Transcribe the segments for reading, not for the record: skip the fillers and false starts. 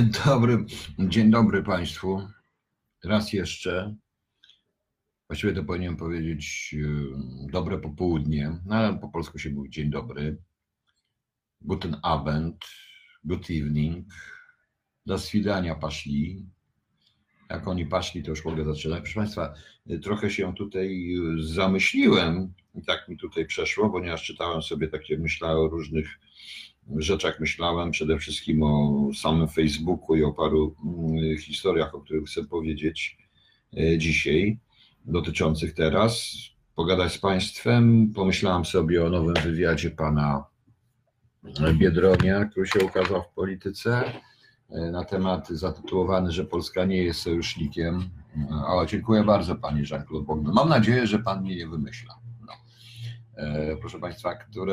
Dzień dobry Państwu. Raz jeszcze. Właściwie to powinienem powiedzieć dobre popołudnie, no ale po polsku się mówi dzień dobry. Guten Abend, good evening. Do swidania paszli. Jak oni paszli, to już mogę zaczynać. Proszę Państwa, trochę się tutaj zamyśliłem i tak mi tutaj przeszło, ponieważ czytałem sobie myślałem o różnych rzeczach, myślałem przede wszystkim o samym Facebooku i o paru historiach, o których chcę powiedzieć dzisiaj, dotyczących teraz. Pogadać z Państwem. Pomyślałem sobie o nowym wywiadzie pana Biedronia, który się ukazał w Polityce, na temat zatytułowany, że Polska nie jest sojusznikiem. O, dziękuję bardzo Panie Jean-Claude Bogdan. Mam nadzieję, że Pan mnie nie wymyśla. No. Proszę Państwa,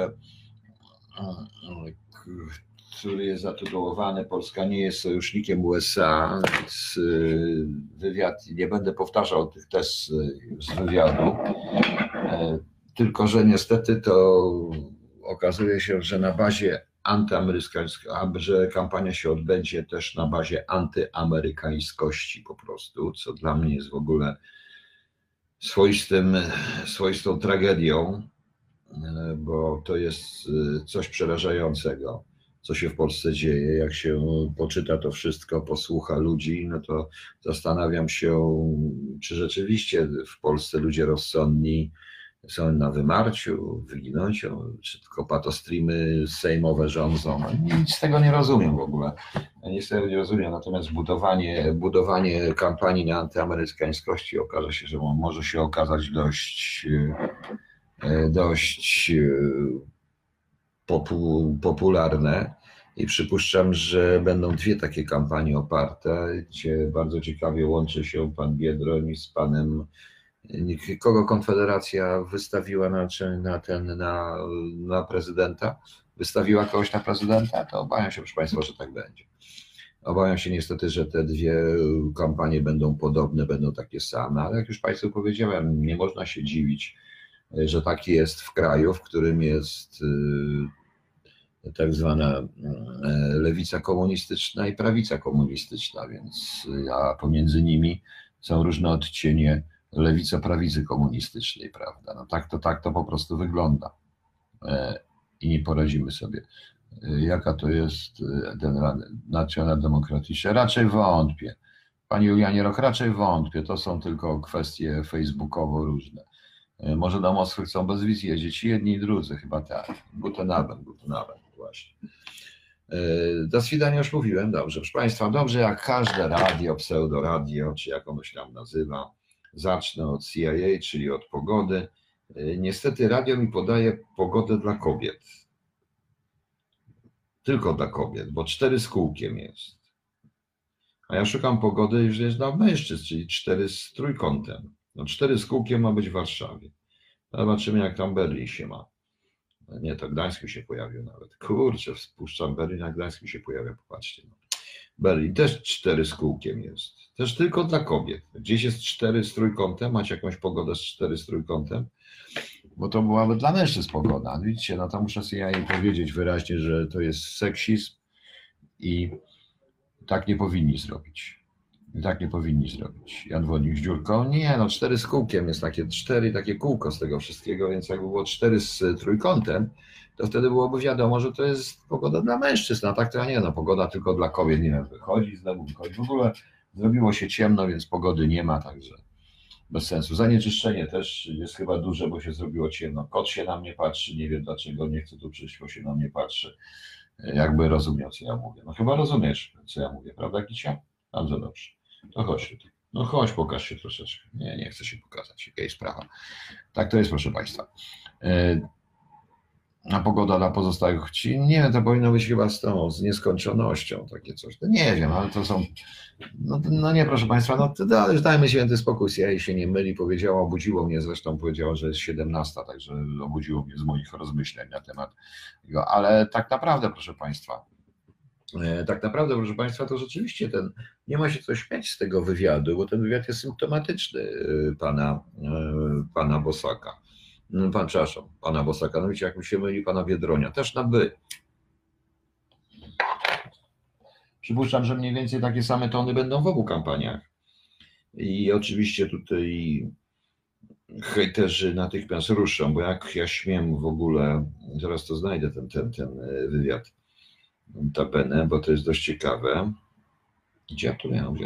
który jest zatytułowany Polska nie jest sojusznikiem USA, więc wywiad, nie będę powtarzał tych tez z wywiadu, tylko że niestety to okazuje się, że na bazie antyamerykańskiej, że kampania się odbędzie też na bazie antyamerykańskości po prostu, co dla mnie jest w ogóle swoistą tragedią, bo to jest coś przerażającego, co się w Polsce dzieje. Jak się poczyta to wszystko, posłucha ludzi, no to zastanawiam się, czy rzeczywiście w Polsce ludzie rozsądni są na wymarciu, wyginuciu, czy tylko patostreamy sejmowe rządzą. Nic z tego nie rozumiem w ogóle. Nic z tego nie rozumiem. Natomiast budowanie kampanii na antyamerykańskości okaże się, że może się okazać dość popularne i przypuszczam, że będą dwie takie kampanie oparte, gdzie bardzo ciekawie łączy się pan Biedroń z panem, kogo Konfederacja wystawiła na prezydenta, wystawiła kogoś na prezydenta, to obawiam się, proszę Państwa, że tak będzie. Obawiam się niestety, że te dwie kampanie będą podobne, będą takie same, ale jak już Państwu powiedziałem, nie można się dziwić, że taki jest w kraju, w którym jest tak zwana lewica komunistyczna i prawica komunistyczna, więc pomiędzy nimi są różne odcienie lewico-prawicy komunistycznej, prawda? No tak to po prostu wygląda i nie poradzimy sobie. Jaka to jest nacjonaldemokratyczna? Raczej wątpię. Panie Julianie Rok, raczej wątpię. To są tylko kwestie facebookowo różne. Może do Moskwy chcą bez wiz jeździć jedni i drudzy, chyba tak. Guten Abend, właśnie. Do swidania już mówiłem, dobrze. Proszę Państwa, dobrze jak każde radio, pseudoradio, czy jak ono się tam nazywa, zacznę od CIA, czyli od pogody. Niestety radio mi podaje pogodę dla kobiet. Tylko dla kobiet, bo 4 z kółkiem jest. A ja szukam pogody już jest dla mężczyzn, czyli 4 z trójkątem. No 4 z kółkiem ma być w Warszawie. Zobaczymy, jak tam Berlin się ma. Nie, to Gdańsk mi się pojawił nawet. Kurczę, wpuszczam Berlin, a Gdańsk mi się pojawia, popatrzcie. No. Berlin też 4 z kółkiem jest. Też tylko dla kobiet. Gdzieś jest 4 z trójkątem, macie jakąś pogodę z 4 z trójkątem? Bo to byłaby dla mężczyzn pogoda. Widzicie, no to muszę sobie ja jej powiedzieć wyraźnie, że to jest seksizm i tak nie powinni zrobić. Tak nie powinni zrobić. Jan Wodnik z dziurką. Nie, no 4 z kółkiem jest takie 4, takie kółko z tego wszystkiego, więc jakby było 4 z trójkątem, to wtedy byłoby wiadomo, że to jest pogoda dla mężczyzn, a tak to nie, no pogoda tylko dla kobiet, nie wiem, wychodzi, znowu wychodzi. W ogóle zrobiło się ciemno, więc pogody nie ma, także bez sensu. Zanieczyszczenie też jest chyba duże, bo się zrobiło ciemno. Kot się na mnie patrzy, nie wiem dlaczego, nie chce tu przyjść, bo się na mnie patrzy. Jakby rozumiał, co ja mówię. No chyba rozumiesz, co ja mówię, prawda, Kicia? Bardzo dobrze. To chodź tutaj. No chodź, pokaż się troszeczkę. Nie chcę się pokazać. Jaka jest sprawa. Tak to jest, proszę Państwa. A pogoda dla pozostałych nie, to powinno być chyba z nieskończonością, takie coś. To nie wiem, ale to są. No nie, proszę Państwa, ale dajmy święty spokój, ja się nie myli, obudziło mnie, zresztą powiedziała, że jest 17, także obudziło mnie z moich rozmyśleń na temat tego, ale tak naprawdę, proszę Państwa, to rzeczywiście nie ma się co śmiać z tego wywiadu, bo ten wywiad jest symptomatyczny pana Bosaka. Przepraszam, pana Bosaka, no wiecie, jak mi się myli pana Biedronia, też na by. Przypuszczam, że mniej więcej takie same tony będą w obu kampaniach. I oczywiście tutaj hejterzy natychmiast ruszą, bo jak ja śmiem w ogóle, zaraz to znajdę ten wywiad, notabene, bo to jest dość ciekawe. Gdzie ja to miałem?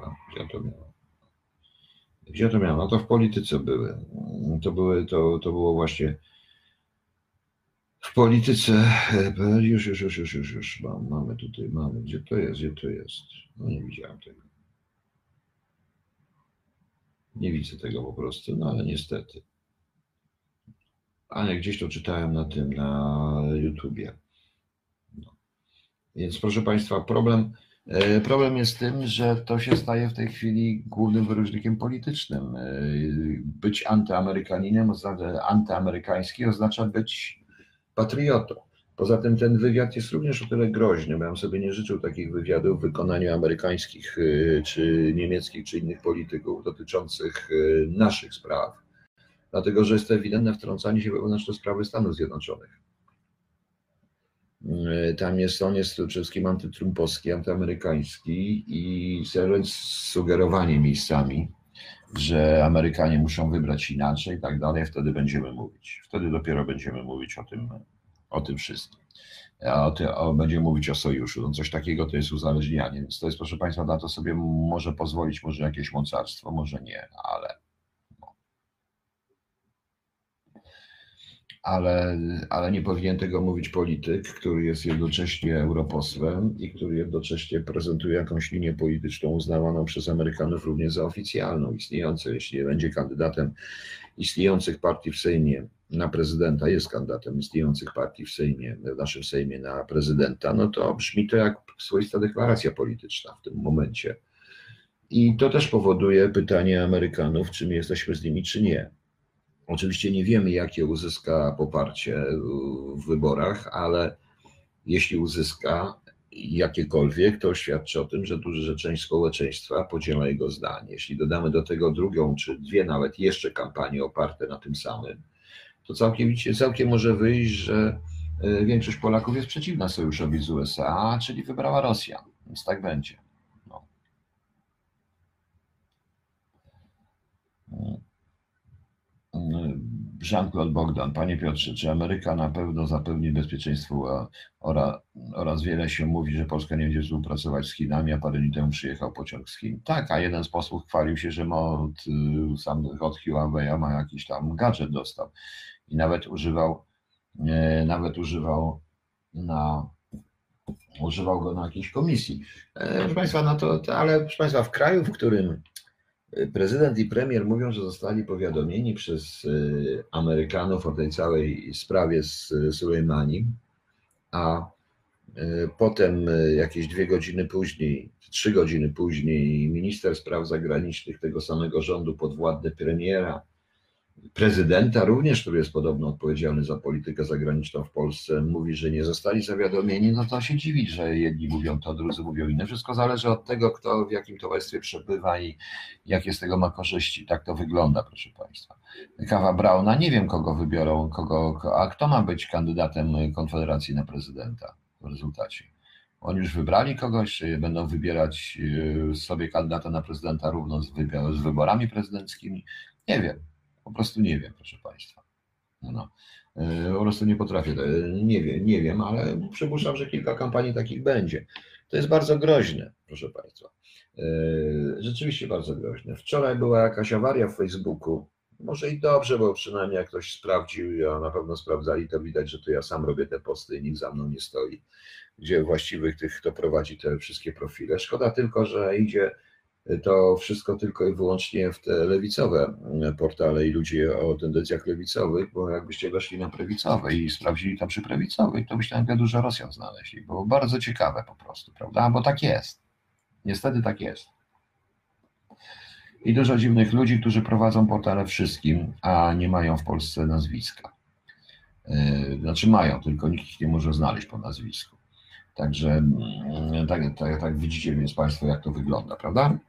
No to w polityce były. To było właśnie w polityce. Już mamy tutaj, Gdzie to jest? No nie widziałem tego. Nie widzę tego po prostu, no ale niestety. Ale gdzieś to czytałem na YouTubie. No. Więc proszę Państwa, problem jest w tym, że to się staje w tej chwili głównym wyróżnikiem politycznym. Być antyamerykaninem, antyamerykański oznacza być patriotą. Poza tym ten wywiad jest również o tyle groźny, bo ja bym sobie nie życzył takich wywiadów w wykonaniu amerykańskich, czy niemieckich, czy innych polityków dotyczących naszych spraw, dlatego że jest to ewidentne wtrącanie się wewnętrzne sprawy Stanów Zjednoczonych. On jest przede wszystkim antytrumpowski, antyamerykański i sugerowanie miejscami, że Amerykanie muszą wybrać inaczej i tak dalej, wtedy będziemy mówić. Wtedy dopiero będziemy mówić o tym wszystkim. Będziemy mówić o sojuszu. No coś takiego to jest uzależnianie, więc to jest, proszę Państwa, na to sobie może pozwolić może jakieś mocarstwo, może nie, ale nie powinien tego mówić polityk, który jest jednocześnie europosłem i który jednocześnie prezentuje jakąś linię polityczną uznawaną przez Amerykanów również za oficjalną, istniejącą. Jeśli będzie kandydatem istniejących partii w Sejmie na prezydenta, jest kandydatem istniejących partii w naszym Sejmie na prezydenta, no to brzmi to jak swoista deklaracja polityczna w tym momencie. I to też powoduje pytanie Amerykanów, czy my jesteśmy z nimi, czy nie. Oczywiście nie wiemy, jakie uzyska poparcie w wyborach, ale jeśli uzyska jakiekolwiek, to świadczy o tym, że duża część społeczeństwa podziela jego zdanie. Jeśli dodamy do tego drugą czy dwie nawet jeszcze kampanie oparte na tym samym, to całkiem może wyjść, że większość Polaków jest przeciwna sojuszowi z USA, czyli wybrała Rosjan, więc tak będzie. No. Jean-Claude Bogdan, Panie Piotrze, czy Ameryka na pewno zapewni bezpieczeństwo oraz wiele się mówi, że Polska nie będzie współpracować z Chinami, a parę dni temu przyjechał pociąg z Chin. Tak, a jeden z posłów chwalił się, że od Huawei'a ma jakiś tam gadżet dostał i nawet używał go na jakiejś komisji. Proszę Państwa, ale proszę Państwa, w kraju, w którym prezydent i premier mówią, że zostali powiadomieni przez Amerykanów o tej całej sprawie z Sulejmanim, a potem jakieś 2 godziny później, 3 godziny później minister spraw zagranicznych tego samego rządu, podwładny premiera, prezydenta również, który jest podobno odpowiedzialny za politykę zagraniczną w Polsce, mówi, że nie zostali zawiadomieni, no to się dziwić, że jedni mówią to, drudzy mówią inne. Wszystko zależy od tego, kto w jakim towarzystwie przebywa i jakie z tego ma korzyści. Tak to wygląda, proszę Państwa. Kawa Brauna, nie wiem kogo wybiorą, a kto ma być kandydatem Konfederacji na prezydenta w rezultacie? Oni już wybrali kogoś, czy będą wybierać sobie kandydata na prezydenta równo z wyborami prezydenckimi? Nie wiem. Po prostu nie wiem, proszę Państwa. No, po prostu nie potrafię, nie wiem, ale przypuszczam, że kilka kampanii takich będzie. To jest bardzo groźne, proszę Państwa. Rzeczywiście bardzo groźne. Wczoraj była jakaś awaria w Facebooku. Może i dobrze, bo przynajmniej jak ktoś sprawdził, a na pewno sprawdzali, to widać, że to ja sam robię te posty i nikt za mną nie stoi, gdzie właściwych tych, kto prowadzi te wszystkie profile. Szkoda tylko, że idzie to wszystko tylko i wyłącznie w te lewicowe portale i ludzie o tendencjach lewicowych, bo jakbyście weszli na prawicowe i sprawdzili tam przy prawicowej, to byście nagle dużo Rosjan znaleźli. Było bardzo ciekawe po prostu, prawda? Bo tak jest. Niestety tak jest. I dużo dziwnych ludzi, którzy prowadzą portale wszystkim, a nie mają w Polsce nazwiska. Znaczy mają, tylko nikt ich nie może znaleźć po nazwisku. Także tak widzicie więc Państwo, jak to wygląda, prawda?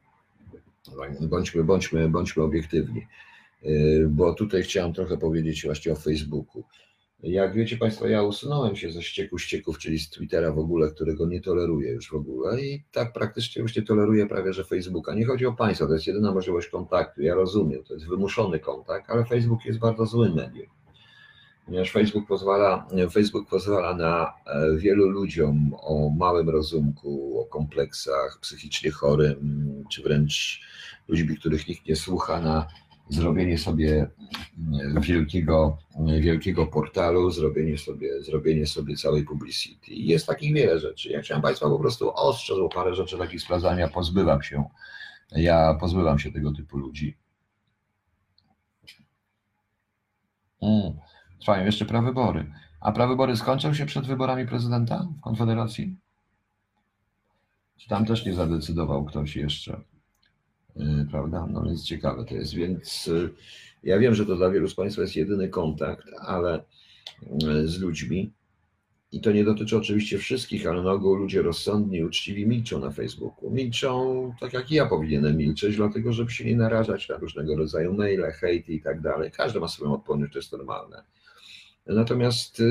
Bądźmy obiektywni, bo tutaj chciałem trochę powiedzieć właśnie o Facebooku. Jak wiecie Państwo, ja usunąłem się ze ścieków, czyli z Twittera w ogóle, którego nie toleruję już w ogóle i tak praktycznie już nie toleruję prawie, że Facebooka. Nie chodzi o Państwa, to jest jedyna możliwość kontaktu, ja rozumiem, to jest wymuszony kontakt, ale Facebook jest bardzo złym medium, ponieważ Facebook pozwala na wielu ludziom o małym rozumku, o kompleksach, psychicznie chorym, czy wręcz ludźmi, których nikt nie słucha, na zrobienie sobie wielkiego portalu, zrobienie sobie całej publicity. I jest takich wiele rzeczy. Ja chciałem Państwa po prostu ostrzec o parę rzeczy takich sprawdzania, pozbywam się tego typu ludzi. Trwają jeszcze prawybory. A prawybory skończą się przed wyborami prezydenta w Konfederacji? Czy tam też nie zadecydował ktoś jeszcze? Prawda? No więc ciekawe to jest. Więc ja wiem, że to dla wielu z Państwa jest jedyny kontakt, ale z ludźmi. I to nie dotyczy oczywiście wszystkich, ale na ogół ludzie rozsądni i uczciwi milczą na Facebooku. Milczą tak jak ja powinienem milczeć, dlatego żeby się nie narażać na różnego rodzaju maile, hejty i tak dalej. Każdy ma swoją odporność, to jest normalne. Natomiast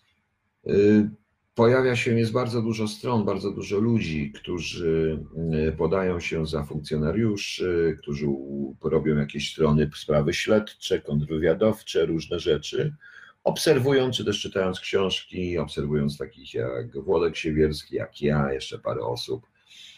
jest bardzo dużo stron, bardzo dużo ludzi, którzy podają się za funkcjonariuszy, którzy robią jakieś strony, sprawy śledcze, kontrwywiadowcze, różne rzeczy, obserwując, czy też czytając książki, obserwując takich jak Włodek Siewierski, jak ja, jeszcze parę osób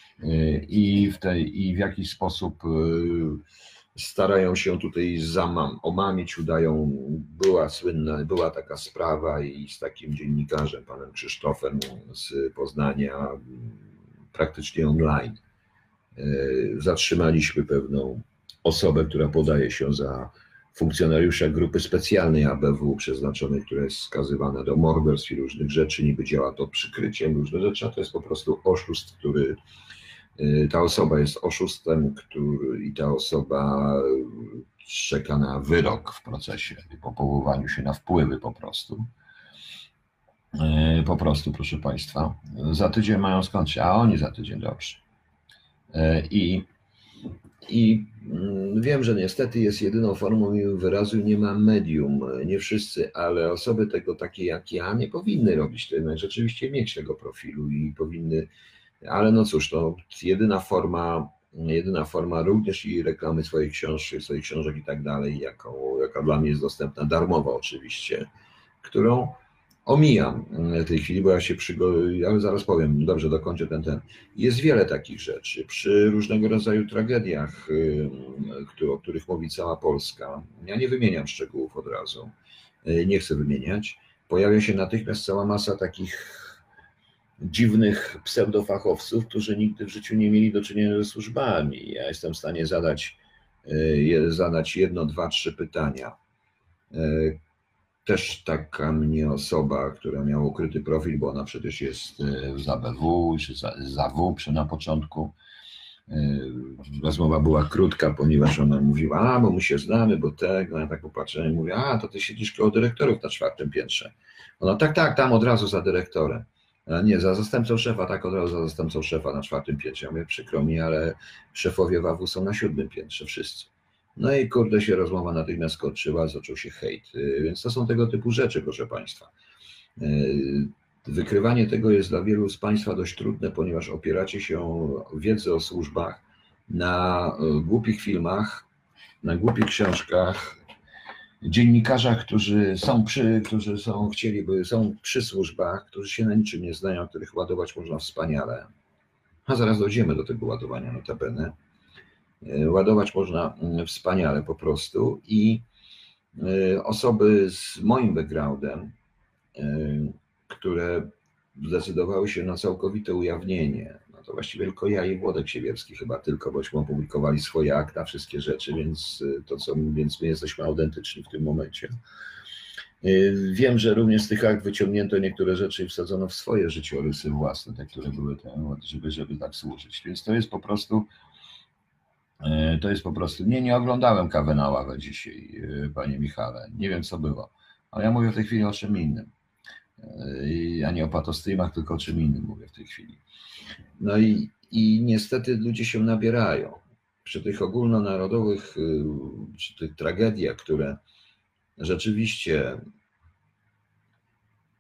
i w jakiś sposób starają się tutaj omamić, udają, była taka sprawa i z takim dziennikarzem, panem Krzysztofem z Poznania, praktycznie online, zatrzymaliśmy pewną osobę, która podaje się za funkcjonariusza grupy specjalnej ABW przeznaczonej, która jest skazywana do morderstw i różnych rzeczy, niby działa to przykryciem, różne rzeczy, a to jest po prostu oszust, ta osoba jest oszustem, i ta osoba czeka na wyrok w procesie, po powołaniu się na wpływy po prostu. Po prostu, proszę Państwa. Za tydzień mają skończyć, a oni za tydzień, dobrze. I wiem, że niestety jest jedyną formą wyrazu, nie ma medium, nie wszyscy, ale osoby takie jak ja nie powinny robić tego, rzeczywiście mieć tego profilu i powinny. Ale no cóż, to jedyna forma również i reklamy swoich książek i tak dalej, jaka dla mnie jest dostępna, darmowa oczywiście, którą omijam w tej chwili, bo ale zaraz powiem, dobrze, dokończę ten. Jest wiele takich rzeczy. Przy różnego rodzaju tragediach, o których mówi cała Polska, ja nie wymieniam szczegółów od razu, nie chcę wymieniać, pojawia się natychmiast cała masa takich dziwnych pseudofachowców, którzy nigdy w życiu nie mieli do czynienia ze służbami. Ja jestem w stanie zadać jedno, dwa, trzy pytania. Też taka mnie osoba, która miała ukryty profil, bo ona przecież jest z ABW, czy z AW na początku. Rozmowa była krótka, ponieważ ona mówiła, bo my się znamy, bo ja tak popatrzyłem i mówię, to ty siedzisz koło dyrektorów na 4. piętrze. Ona, tak, tam od razu za dyrektorem. Nie, za zastępcą szefa, tak od razu za zastępcą szefa na 4. piętrze. Ja mówię, przykro mi, ale szefowie WAW-u są na 7. piętrze, wszyscy. No i kurde się rozmowa natychmiast skończyła, zaczął się hejt. Więc to są tego typu rzeczy, proszę Państwa. Wykrywanie tego jest dla wielu z Państwa dość trudne, ponieważ opieracie się wiedzę o służbach na głupich filmach, na głupich książkach, dziennikarzach, którzy są przy służbach, którzy się na niczym nie znają, których ładować można wspaniale. A zaraz dojdziemy do tego ładowania notabene. Ładować można wspaniale po prostu i osoby z moim backgroundem, które zdecydowały się na całkowite ujawnienie, no to właściwie tylko ja i Włodek Siewierski chyba tylko, bośmy opublikowali swoje akta, wszystkie rzeczy, więc my jesteśmy autentyczni w tym momencie. Wiem, że również z tych akt wyciągnięto niektóre rzeczy i wsadzono w swoje życiorysy własne, te, które były żeby tak służyć, więc to jest po prostu, nie oglądałem Kawy na ławę dzisiaj, panie Michale, nie wiem co było, ale ja mówię w tej chwili o czym innym. Ja nie o patostreamach, tylko o czym innym mówię w tej chwili. No i niestety ludzie się nabierają. Przy tych ogólnonarodowych, przy tych tragediach, które rzeczywiście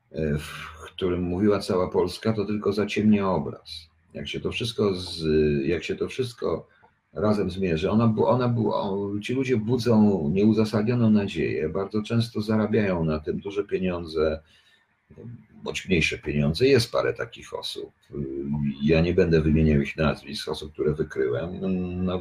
w którym mówiła cała Polska, to tylko zaciemnia obraz. Jak się to wszystko razem zmierzy, ci ludzie budzą nieuzasadnioną nadzieję, bardzo często zarabiają na tym duże pieniądze, bądź mniejsze pieniądze. Jest parę takich osób. Ja nie będę wymieniał ich nazwisk, osób, które wykryłem. No,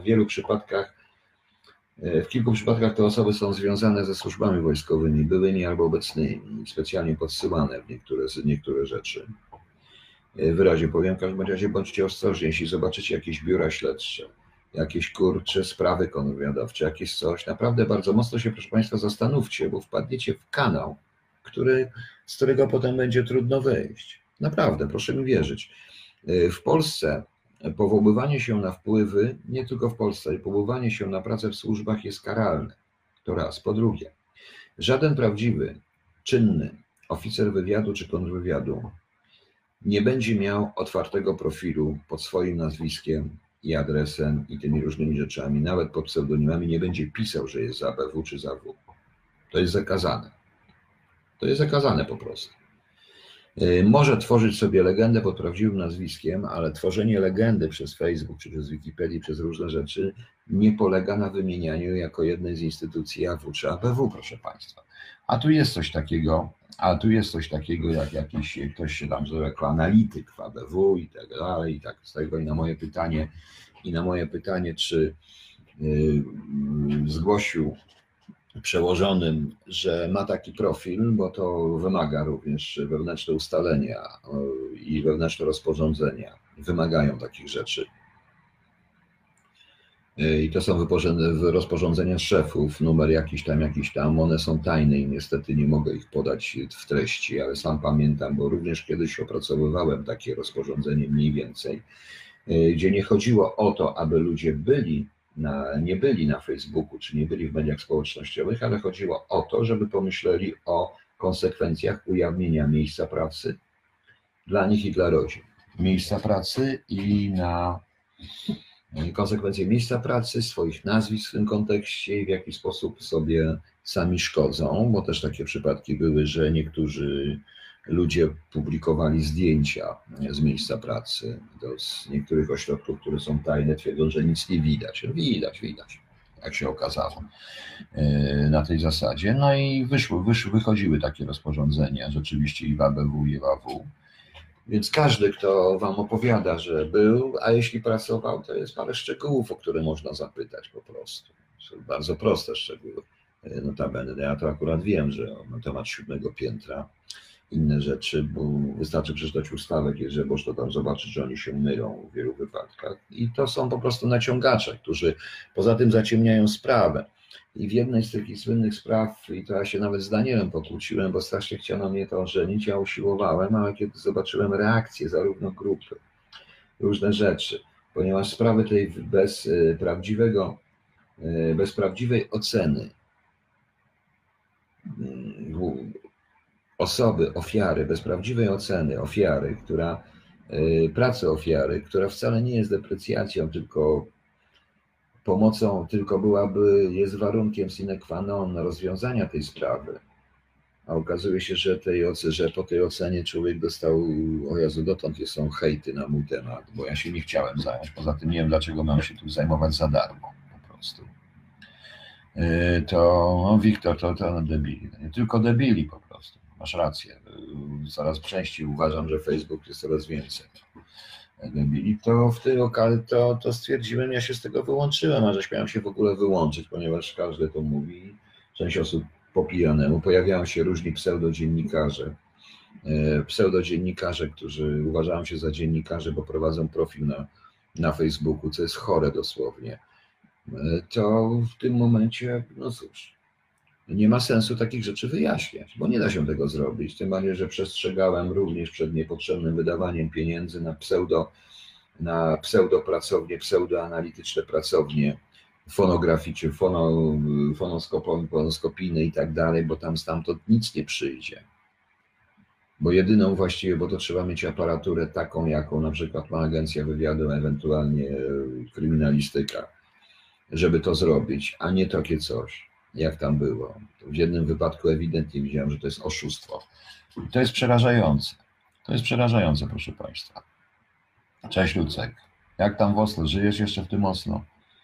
w kilku przypadkach te osoby są związane ze służbami wojskowymi, byłymi albo obecnymi, specjalnie podsyłane w niektóre rzeczy. W razie powiem, w każdym razie bądźcie ostrożni, jeśli zobaczycie jakieś biura śledcze, jakieś sprawy kontrwywiadowcze, jakieś coś, naprawdę bardzo mocno się, proszę Państwa, zastanówcie, bo wpadniecie w kanał, z którego potem będzie trudno wyjść. Naprawdę, proszę mi wierzyć. W Polsce powoływanie się na wpływy, nie tylko w Polsce, powoływanie się na pracę w służbach jest karalne. To raz. Po drugie, żaden prawdziwy, czynny oficer wywiadu czy kontrwywiadu nie będzie miał otwartego profilu pod swoim nazwiskiem i adresem i tymi różnymi rzeczami, nawet pod pseudonimami nie będzie pisał, że jest z ABW czy z AW. To jest zakazane. To jest zakazane po prostu. Może tworzyć sobie legendę pod prawdziwym nazwiskiem, ale tworzenie legendy przez Facebook, czy przez Wikipedię, przez różne rzeczy nie polega na wymienianiu jako jednej z instytucji AW czy ABW, proszę Państwa. A tu jest coś takiego jak jakiś, ktoś się tam zove jako analityk w ABW i tak dalej, i tak z tego i na moje pytanie, czy zgłosił przełożonym, że ma taki profil, bo to wymaga również wewnętrzne ustalenia i wewnętrzne rozporządzenia. Wymagają takich rzeczy. I to są rozporządzenia szefów, numer jakiś tam, one są tajne i niestety nie mogę ich podać w treści, ale sam pamiętam, bo również kiedyś opracowywałem takie rozporządzenie mniej więcej, gdzie nie chodziło o to, aby ludzie nie byli na Facebooku, czy nie byli w mediach społecznościowych, ale chodziło o to, żeby pomyśleli o konsekwencjach ujawnienia miejsca pracy dla nich i dla rodzin. Miejsca pracy i na konsekwencje miejsca pracy, swoich nazwisk w tym kontekście i w jaki sposób sobie sami szkodzą, bo też takie przypadki były, że niektórzy ludzie publikowali zdjęcia z miejsca pracy z niektórych ośrodków, które są tajne, twierdzą, że nic nie widać. Widać, jak się okazało na tej zasadzie. No i wychodziły takie rozporządzenia rzeczywiście i w ABW, i w AW. Więc każdy, kto wam opowiada, że był, a jeśli pracował, to jest parę szczegółów, o które można zapytać po prostu. Są bardzo proste szczegóły. Notabene, ja to akurat wiem, że na temat 7. piętra, inne rzeczy, bo wystarczy przeczytać ustawę, że można tam zobaczyć, że oni się mylą w wielu wypadkach. I to są po prostu naciągacze, którzy poza tym zaciemniają sprawę. I w jednej z takich słynnych spraw, i to ja się nawet z Danielem pokłóciłem, bo strasznie chciano mnie to ożenić, ja usiłowałem, ale kiedy zobaczyłem reakcje zarówno grupy, różne rzeczy, ponieważ sprawy tej bez prawdziwej oceny osoby, ofiary, bez prawdziwej oceny ofiary, pracy ofiary, która wcale nie jest deprecjacją, tylko pomocą, jest warunkiem sine qua non rozwiązania tej sprawy. A okazuje się, że po tej ocenie człowiek dostał, o Jezu, dotąd są hejty na mój temat, bo ja się nie chciałem zająć. Poza tym nie wiem, dlaczego mam się tu zajmować za darmo po prostu. Wiktor, to debili. Nie tylko debili po prostu. Masz rację. Coraz częściej uważam, że Facebook jest coraz więcej debili. To w tej okazji to stwierdziłem, ja się z tego wyłączyłem, a że śmiałem się w ogóle wyłączyć, ponieważ każdy to mówi, część osób po pijanemu. Pojawiają się różni pseudodziennikarze, którzy uważają się za dziennikarzy, bo prowadzą profil na Facebooku, co jest chore dosłownie. To w tym momencie, no cóż, nie ma sensu takich rzeczy wyjaśniać, bo nie da się tego zrobić, tym bardziej, że przestrzegałem również przed niepotrzebnym wydawaniem pieniędzy na pseudopracownie, pseudoanalityczne pracownie fonograficzne, fonoskopijne i tak dalej, bo tam stamtąd nic nie przyjdzie. Bo jedyną właściwie, bo to trzeba mieć aparaturę taką, jaką na przykład ma agencja wywiadu, ewentualnie kryminalistyka, żeby to zrobić, a nie takie coś. jak tam było. W jednym wypadku ewidentnie widziałem, że to jest oszustwo. I to jest przerażające. To jest przerażające, proszę Państwa. Cześć Lucek. Jak tam w Oslo? Żyjesz jeszcze w tym Oslo?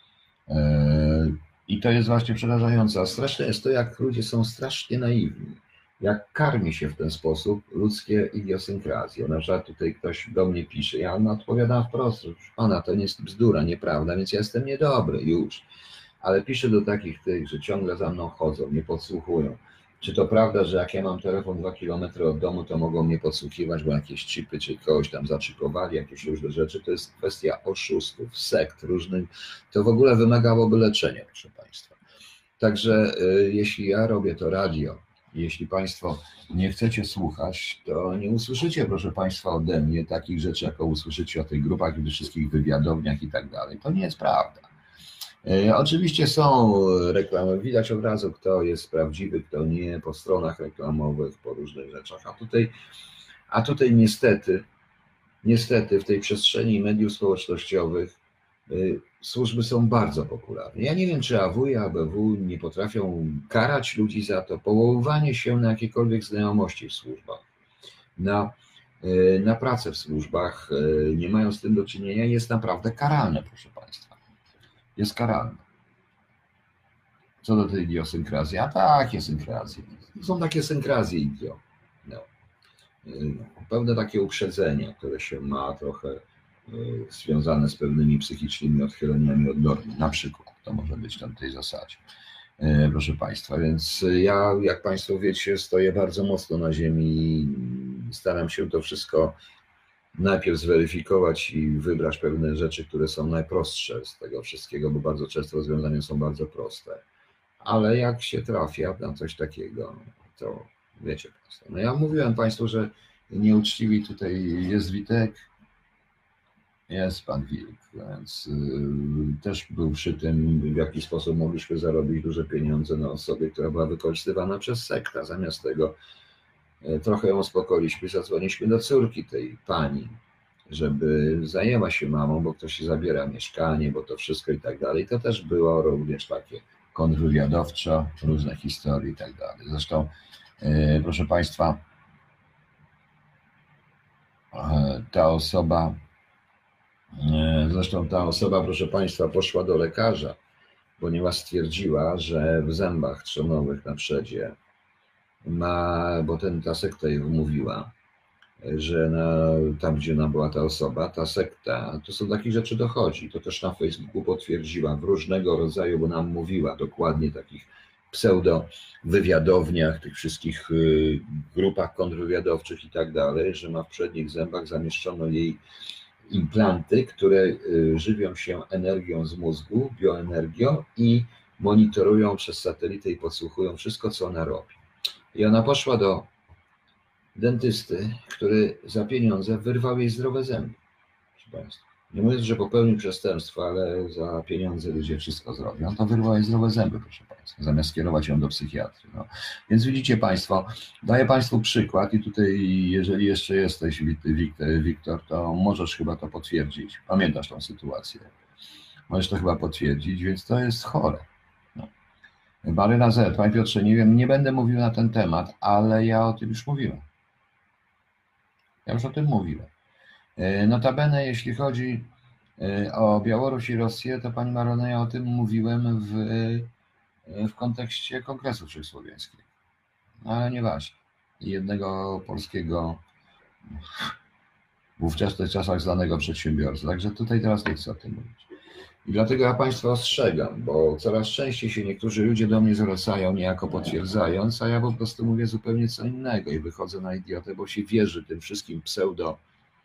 I to jest właśnie przerażające. A straszne jest to, jak ludzie są strasznie naiwni. Jak karmi się w ten sposób ludzkie idiosynkrazje. Na przykład tutaj ktoś do mnie pisze, ja odpowiadam wprost, że proszę pana, to nie jest bzdura, nieprawda, więc ja jestem niedobry już. Ale piszę do takich tych, że ciągle za mną chodzą, mnie podsłuchują. Czy to prawda, że jak ja mam telefon 2 km od domu, to mogą mnie podsłuchiwać, bo jakieś chipy, czy kogoś tam zaczipowali, jakieś różne rzeczy, to jest kwestia oszustów, sekt różnych, to w ogóle wymagałoby leczenia, proszę Państwa. Także jeśli ja robię to radio, jeśli Państwo nie chcecie słuchać, to nie usłyszycie, proszę Państwa, ode mnie takich rzeczy, jako usłyszycie o tych grupach i wszystkich wywiadowniach i tak dalej. To nie jest prawda. Oczywiście są reklamy, widać od razu, kto jest prawdziwy, kto nie, po stronach reklamowych, po różnych rzeczach. A tutaj niestety w tej przestrzeni mediów społecznościowych służby są bardzo popularne. Ja nie wiem, czy AW i ABW nie potrafią karać ludzi za to. Powoływanie się na jakiekolwiek znajomości w służbach, na pracę w służbach, nie mają z tym do czynienia, jest naprawdę karalne, proszę Państwa. Jest karalne. Co do tej idiosynkrazji, a takie synkrazje. Są takie synkrazje idio. No. Pewne takie uprzedzenia, które się ma trochę związane z pewnymi psychicznymi odchyleniami od normy, na przykład. To może być na tej zasadzie. Proszę Państwa, więc ja, jak Państwo wiecie, stoję bardzo mocno na ziemi i staram się to wszystko najpierw zweryfikować i wybrać pewne rzeczy, które są najprostsze z tego wszystkiego, bo bardzo często rozwiązania są bardzo proste. Ale jak się trafia na coś takiego, to wiecie Państwo. No ja mówiłem Państwu, że nieuczciwi tutaj jest Witek, jest Pan Wilk, więc też był przy tym, w jaki sposób mogliśmy zarobić duże pieniądze na osobie, która była wykorzystywana przez sekta. Zamiast tego trochę ją uspokoiliśmy, zadzwoniliśmy do córki tej pani, żeby zajęła się mamą, bo ktoś się zabiera mieszkanie, bo to wszystko i tak dalej. To też było również takie kontrwywiadowczo, różne historie i tak dalej. Zresztą, proszę Państwa, ta osoba, proszę Państwa, poszła do lekarza, ponieważ stwierdziła, że w zębach trzonowych na przedzie ma, bo ta sekta jej wmówiła, że tam, gdzie była ta osoba, ta sekta, to są takich rzeczy dochodzi. To też na Facebooku potwierdziła w różnego rodzaju, bo nam mówiła dokładnie takich pseudo-wywiadowniach, tych wszystkich grupach kontrwywiadowczych i tak dalej, że ma w przednich zębach zamieszczono jej implanty, które żywią się energią z mózgu, bioenergią i monitorują przez satelitę i podsłuchują wszystko, co ona robi. I ona poszła do dentysty, który za pieniądze wyrwał jej zdrowe zęby. Proszę Państwa. Nie mówiąc, że popełnił przestępstwo, ale za pieniądze ludzie wszystko zrobią. On to wyrwał jej zdrowe zęby, proszę Państwa, zamiast skierować ją do psychiatry. No. Więc widzicie Państwo, daję Państwu przykład i tutaj, jeżeli jeszcze jesteś, Wiktor, to możesz chyba to potwierdzić. Pamiętasz tą sytuację. Możesz to chyba potwierdzić, więc to jest chore. No. Baryla Z, Panie Piotrze, nie wiem, nie będę mówił na ten temat, ale ja o tym już mówiłem. Ja już o tym mówiłem. Notabene, jeśli chodzi o Białoruś i Rosję, to Pani Marono, ja o tym mówiłem w kontekście Kongresu Wszechsłowiańskiego. Ale nieważne. Jednego polskiego, w ówczesnych czasach znanego przedsiębiorcy. Także tutaj teraz nie chcę o tym mówić. I dlatego ja Państwa ostrzegam, bo coraz częściej się niektórzy ludzie do mnie zwracają, niejako potwierdzając, a ja po prostu mówię zupełnie co innego i wychodzę na idiotę, bo się wierzy tym wszystkim pseudo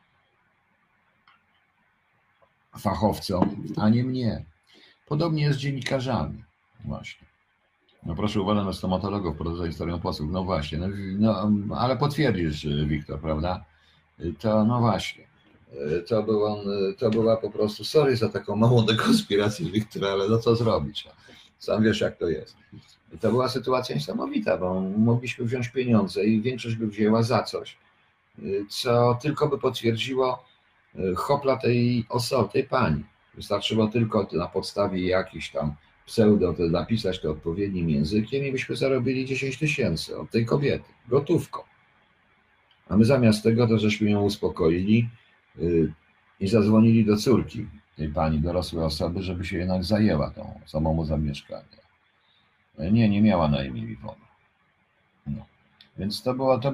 fachowcom, a nie mnie. Podobnie jest z dziennikarzami. Właśnie. No proszę uważać na stomatologów, poza historią posłów. No właśnie, no, ale potwierdzisz, Wiktor, prawda? To no właśnie. To była po prostu, sorry za taką małą dekonspirację, Wiktor, ale no co zrobić? Sam wiesz, jak to jest. I to była sytuacja niesamowita, bo mogliśmy wziąć pieniądze i większość by wzięła za coś, co tylko by potwierdziło hopla tej osoby, tej pani. Wystarczyło tylko na podstawie jakichś tam pseudo, to napisać to odpowiednim językiem i byśmy zarobili 10 000 od tej kobiety, gotówką. A my zamiast tego to żeśmy ją uspokoili i zadzwonili do córki tej pani, dorosłej osoby, żeby się jednak zajęła tą samemu za mieszkanie. Nie miała na imię Iwona. No. Więc to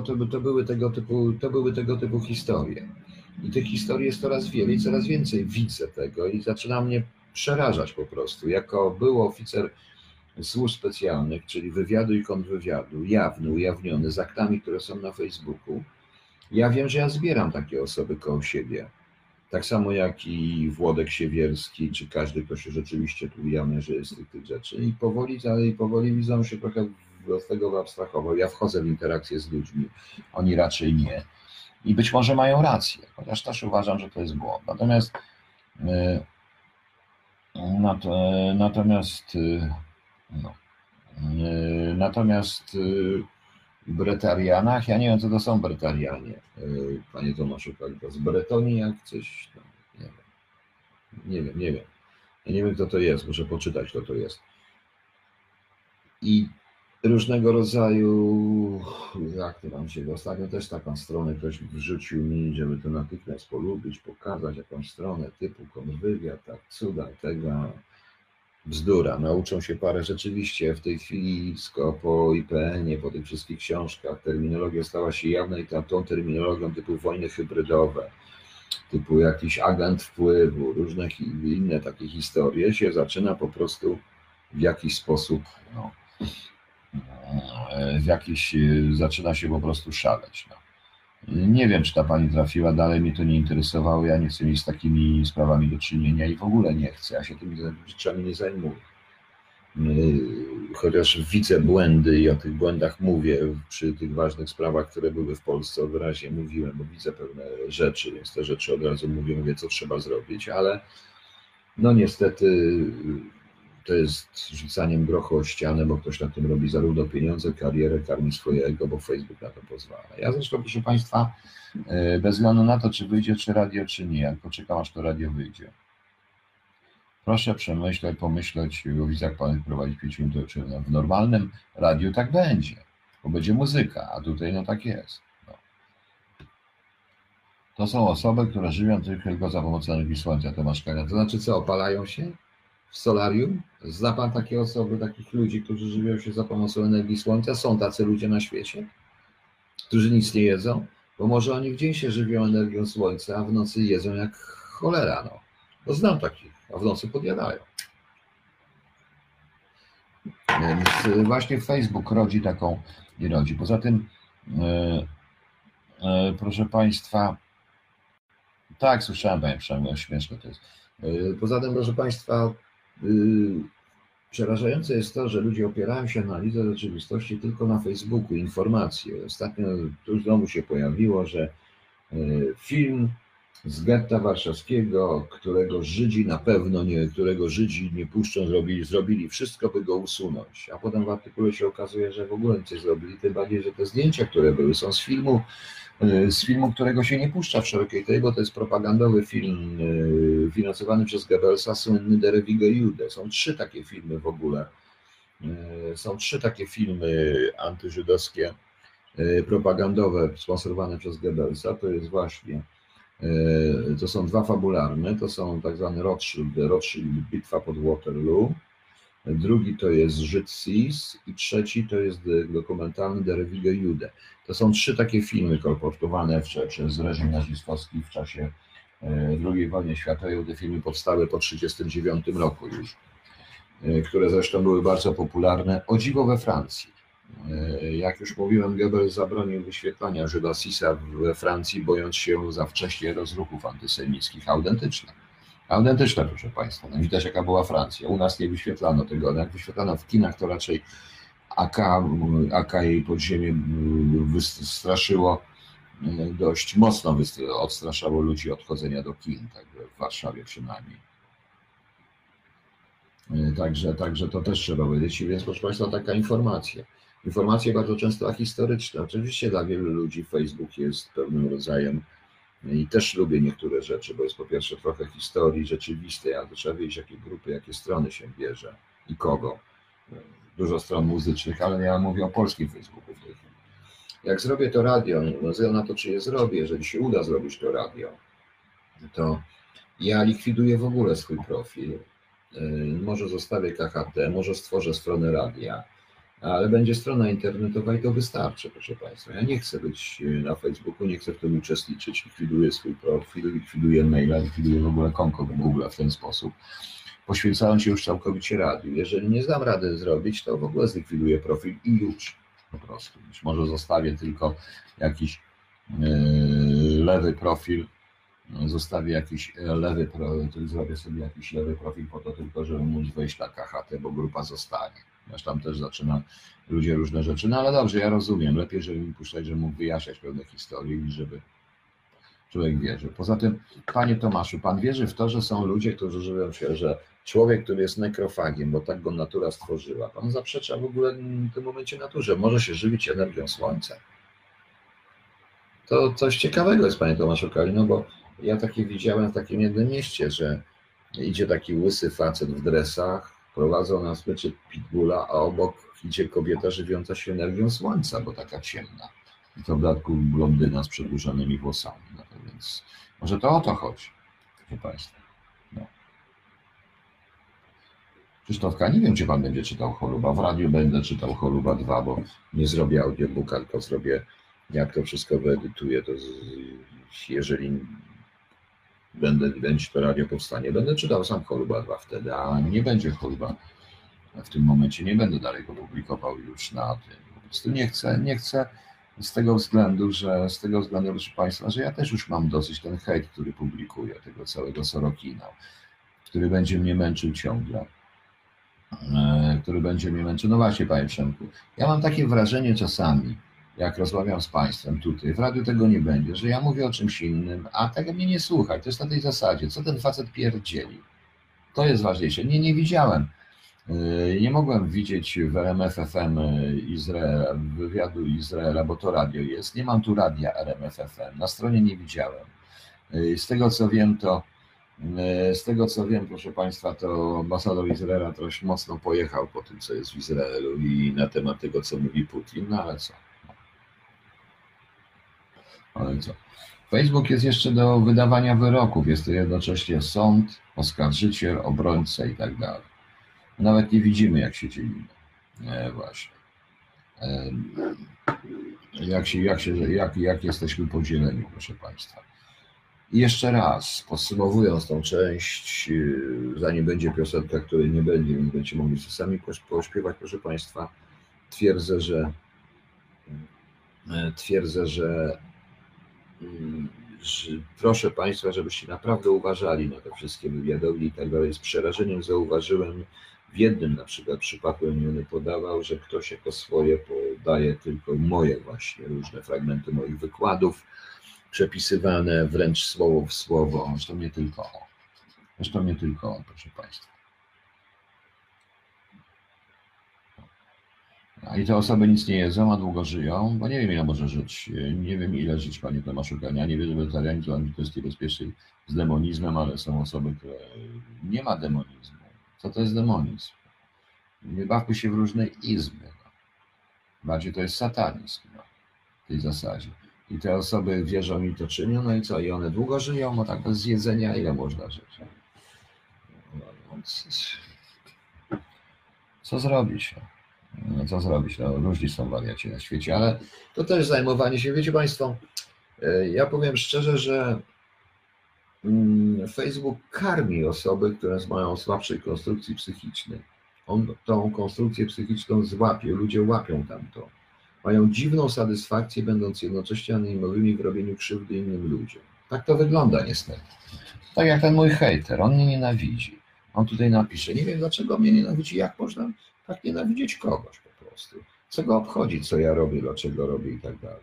były tego typu historie. I tych historii jest coraz wiele i coraz więcej widzę tego i zaczyna mnie przerażać po prostu. Jako był oficer służb specjalnych, czyli wywiadu i kontrwywiadu, jawny, ujawniony, z aktami, które są na Facebooku, ja wiem, że ja zbieram takie osoby koło siebie. Tak samo jak i Włodek Siewierski, czy każdy, kto się rzeczywiście tu ujawnia, że jest tych rzeczy. I powoli widzą się trochę z tego wyabstrahował. Ja wchodzę w interakcję z ludźmi, oni raczej nie. I być może mają rację, chociaż też uważam, że to jest błąd. Natomiast w Bretarianach, ja nie wiem, co to są Bretarianie, panie Tomaszu Kalito, z Bretonii jak coś, no, nie wiem. Ja nie wiem, kto to jest, muszę poczytać, kto to jest. I różnego rodzaju, jak to tam się, ostatnio też taką stronę ktoś wrzucił mi, żeby to natychmiast polubić, pokazać jakąś stronę typu kontrwywiad, tak, cuda, tego, bzdura. Nauczą się parę rzeczywiście w tej chwili po IPN-ie, po tych wszystkich książkach, terminologia stała się jawna i tą terminologią typu wojny hybrydowe, typu jakiś agent wpływu, różne inne takie historie się zaczyna po prostu w jakiś sposób, zaczyna się po prostu szaleć. No. Nie wiem, czy ta pani trafiła, dalej mnie to nie interesowało, ja nie chcę mieć z takimi sprawami do czynienia i w ogóle nie chcę, ja się tymi rzeczami nie zajmuję. Chociaż widzę błędy i o tych błędach mówię przy tych ważnych sprawach, które były w Polsce, wyraźnie mówiłem, bo widzę pewne rzeczy, więc te rzeczy od razu mówię, co trzeba zrobić, ale no niestety to jest rzucaniem grochu o ścianę, bo ktoś na tym robi zarówno pieniądze, karierę, karmi swojego, bo Facebook na to pozwala. Ja zresztą, proszę Państwa, bez względu na to, czy wyjdzie, czy radio, czy nie, jak poczekam, aż to radio wyjdzie. Proszę przemyśleć, pomyśleć, bo widzę, jak Pan prowadzi 5 minut, czy w normalnym radiu tak będzie, bo będzie muzyka, a tutaj no tak jest. No. To są osoby, które żywią tylko za pomocą energii słońca, Tomasz Kania. To znaczy co, opalają się w solarium? Zna Pan takie osoby, takich ludzi, którzy żywią się za pomocą energii słońca? Są tacy ludzie na świecie, którzy nic nie jedzą? Bo może oni w dzień się żywią energią słońca, a w nocy jedzą jak cholera, no. Bo znam takich, a w nocy podjadają. Więc właśnie Facebook rodzi taką i rodzi. Poza tym, proszę Państwa, tak, słyszałem, Panie Przemysł, śmieszne to jest. Poza tym, proszę Państwa, przerażające jest to, że ludzie opierają się na analizę rzeczywistości tylko na Facebooku, informacje. Ostatnio tu znowu się pojawiło, że film z getta warszawskiego, którego Żydzi na pewno nie, którego Żydzi nie puszczą, zrobili wszystko, by go usunąć. A potem w artykule się okazuje, że w ogóle nic nie zrobili, tym bardziej, że te zdjęcia, które były, są z filmu, którego się nie puszcza w szerokiej tej, bo to jest propagandowy film finansowany przez Goebbelsa, słynny Der Ewige Jude. Są 3 takie filmy w ogóle. Są 3 takie filmy antyżydowskie, propagandowe, sponsorowane przez Goebbelsa. To jest właśnie, to są 2 fabularne, to są tak zwany Rothschild, Bitwa pod Waterloo. Drugi to jest Żyd Sis i trzeci to jest dokumentalny Der Ewige Jude. To są 3 takie filmy kolportowane przez reżim nazistowski w czasie II wojny światowej. Te filmy powstały po 1939 roku już, które zresztą były bardzo popularne, o dziwo we Francji. Jak już mówiłem, Goebbels zabronił wyświetlania Żyda Sisa we Francji, bojąc się za wcześnie rozruchów antysemickich. Autentyczne, proszę Państwa. No widać, jaka była Francja. U nas nie wyświetlano tego. Jak wyświetlano w kinach, to raczej AK jej podziemie straszyło, dość mocno odstraszało ludzi od chodzenia do kin, tak w Warszawie przynajmniej. Także to też trzeba wiedzieć. Więc proszę Państwa, taka informacja. Informacje bardzo często ahistoryczne. Oczywiście dla wielu ludzi Facebook jest pewnym rodzajem I też lubię niektóre rzeczy, bo jest po pierwsze trochę historii rzeczywistej, ale to trzeba wiedzieć, jakie grupy, jakie strony się bierze i kogo. Dużo stron muzycznych, ale ja mówię o polskim Facebooku w tej chwili. Jak zrobię to radio, no względu na to, czy je zrobię, jeżeli się uda zrobić to radio, to ja likwiduję w ogóle swój profil. Może zostawię KHT, może stworzę stronę radia, ale będzie strona internetowa i to wystarczy, proszę Państwa. Ja nie chcę być na Facebooku, nie chcę w tym uczestniczyć, likwiduję swój profil, likwiduję maila, likwiduję w ogóle konto Google w ten sposób, poświęcając się już całkowicie radiu. Jeżeli nie dam rady zrobić, to w ogóle zlikwiduję profil i już po prostu. Być może zostawię tylko jakiś lewy profil, zostawię jakiś lewy profil, zrobię sobie jakiś lewy profil po to tylko, żeby móc wejść na KHT, bo grupa zostanie. Aż tam też zaczyna ludzie różne rzeczy, no ale dobrze, ja rozumiem, lepiej, żeby mi puszczać, żeby mógł wyjaśniać pewne historie i żeby człowiek wierzył. Poza tym, panie Tomaszu, pan wierzy w to, że są ludzie, którzy żywią się, że człowiek, który jest nekrofagiem, bo tak go natura stworzyła, pan zaprzecza w ogóle w tym momencie naturze, może się żywić energią słońca. To coś ciekawego jest, panie Tomaszu Kalino, bo ja takie widziałem w takim jednym mieście, że idzie taki łysy facet w dresach, prowadzą na smyczy pitbulla, a obok idzie kobieta żywiąca się energią słońca, bo taka ciemna. I to w dodatku blondyna z przedłużonymi włosami. No to więc może to o to chodzi, proszę Państwa. No. Krzysztofka, nie wiem, czy Pan będzie czytał Choluba. W radiu będę czytał Choluba 2, bo nie zrobię audiobooka, tylko zrobię, jak to wszystko wyedytuję, to jeżeli będzie to radio powstanie, będę czytał sam Choluba 2 wtedy, a nie będzie Choluba. W tym momencie nie będę dalej go publikował już na tym. Po prostu nie chcę z tego względu, proszę Państwa, że ja też już mam dosyć ten hejt, który publikuję, tego całego Sorokina, który będzie mnie męczył ciągle. No właśnie, panie Przemku, ja mam takie wrażenie czasami, jak rozmawiam z Państwem tutaj, w radiu tego nie będzie, że ja mówię o czymś innym, a tego mnie nie słuchać. To jest na tej zasadzie, co ten facet pierdzieli. To jest ważniejsze. Nie widziałem. Nie mogłem widzieć w RMF FM wywiadu Izraela, bo to radio jest. Nie mam tu radia RMF FM. Na stronie nie widziałem. Z tego co wiem, proszę Państwa, to ambasador Izraela troszkę mocno pojechał po tym, co jest w Izraelu i na temat tego, co mówi Putin. No ale co? Facebook jest jeszcze do wydawania wyroków. Jest to jednocześnie sąd, oskarżyciel, obrońca i tak dalej. Nawet nie widzimy, jak się dzielimy. Właśnie. Jak jesteśmy podzieleni, proszę Państwa. I jeszcze raz, podsumowując tą część, zanim będzie piosenka, której nie będziecie mogli sami pośpiewać, proszę Państwa, twierdzę, że proszę Państwa, żebyście naprawdę uważali na te wszystkie wywiadownie i tak dalej. Z przerażeniem zauważyłem w jednym na przykład przypadku, mnie podawał, że ktoś jako swoje podaje tylko moje właśnie różne fragmenty moich wykładów, przepisywane wręcz słowo w słowo. Zresztą nie tylko on, proszę Państwa. I te osoby nic nie jedzą, a długo żyją, bo nie wiem, ile może żyć. Nie wiem, ile żyć, panie Tomaszu Kania. Nie wiem, że wegetarianizm to jest niebezpieczny z demonizmem, ale są osoby, które nie ma demonizmu. Co to jest demonizm? Nie bawmy się w różne izby. No. Bardziej to jest satanizm w tej zasadzie. I te osoby wierzą i to czynią, no i co? I one długo żyją, bo tak bez jedzenia ile można żyć? No, co zrobić? Co zrobić? No, różni są wariaci na świecie, ale to też zajmowanie się, wiecie Państwo, ja powiem szczerze, że Facebook karmi osoby, które mają słabszej konstrukcji psychicznej. On tą konstrukcję psychiczną złapie, ludzie łapią tamto. Mają dziwną satysfakcję, będąc jednocześnie anonimowymi w robieniu krzywdy innym ludziom. Tak to wygląda niestety. Tak jak ten mój hejter, on mnie nienawidzi. On tutaj napisze, nie wiem dlaczego mnie nienawidzi, jak można tak nienawidzieć kogoś po prostu. Co go obchodzi, co ja robię, dlaczego robię i tak dalej.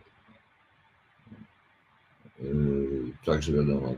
Także wiadomo.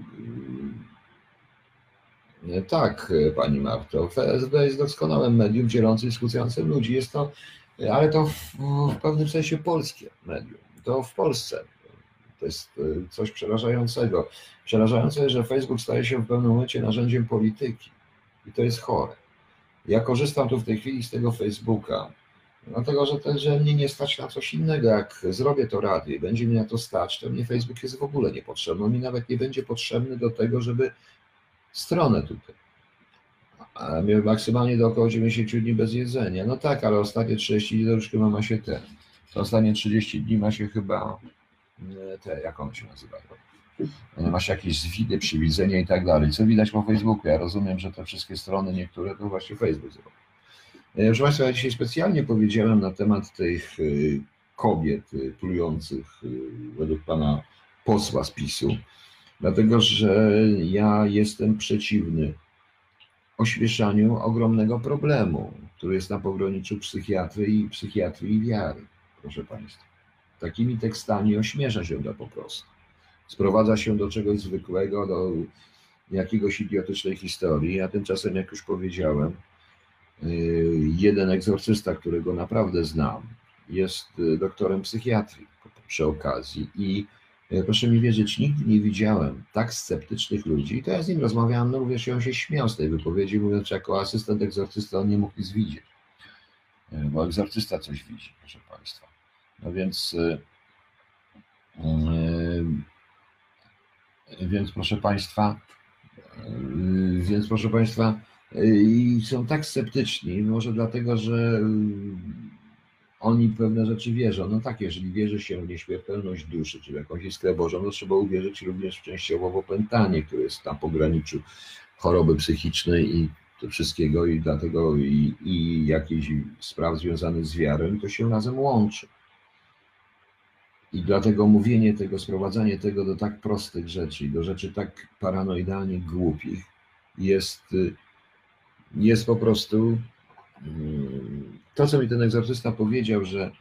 Tak, pani Marto, FSB jest doskonałym medium dzielącym i skłócającym ludzi. Jest to, ale to w pewnym sensie polskie medium. To w Polsce. To jest coś przerażającego. Przerażające jest, że Facebook staje się w pewnym momencie narzędziem polityki i to jest chore. Ja korzystam tu w tej chwili z tego Facebooka, dlatego że mnie nie stać na coś innego. Jak zrobię to radio i będzie mi na to stać, to mnie Facebook jest w ogóle niepotrzebny. On mi nawet nie będzie potrzebny do tego, żeby stronę tutaj. A miałem maksymalnie do około 90 dni bez jedzenia. No tak, ale ostatnie 30 dni to już chyba ma się to ostatnie 30 dni ma się chyba jak one się nazywają? Ma się jakieś zwidy, przywidzenia i tak dalej. Co widać po Facebooku? Ja rozumiem, że te wszystkie strony, niektóre to właśnie Facebook zrobił. Proszę Państwa, ja dzisiaj specjalnie powiedziałem na temat tych kobiet plujących według pana posła z PiS-u, dlatego że ja jestem przeciwny ośmieszaniu ogromnego problemu, który jest na pograniczu psychiatrii i wiary, proszę Państwa. Takimi tekstami ośmiesza się to po prostu. Sprowadza się do czegoś zwykłego, do jakiegoś idiotycznej historii, a tymczasem, jak już powiedziałem, jeden egzorcysta, którego naprawdę znam, jest doktorem psychiatrii przy okazji i proszę mi wierzyć, nigdy nie widziałem tak sceptycznych ludzi. I to ja z nim rozmawiałem, no wiesz, i on się śmiał z tej wypowiedzi, mówiąc, że jako asystent egzorcysta on nie mógł nic widzieć, bo egzorcysta coś widzi, proszę Państwa. No więc proszę Państwa, i są tak sceptyczni, może dlatego, że oni w pewne rzeczy wierzą. No tak, jeżeli wierzy się w nieśmiertelność duszy, czy w jakąś iskrę Bożą, to trzeba uwierzyć również częściowo w opętanie, które jest tam pograniczu choroby psychicznej i to wszystkiego, i dlatego i jakichś spraw związanych z wiarą, to się razem łączy. I dlatego mówienie tego, sprowadzanie tego do tak prostych rzeczy i do rzeczy tak paranoidalnie głupich jest po prostu to, co mi ten egzorcysta powiedział, że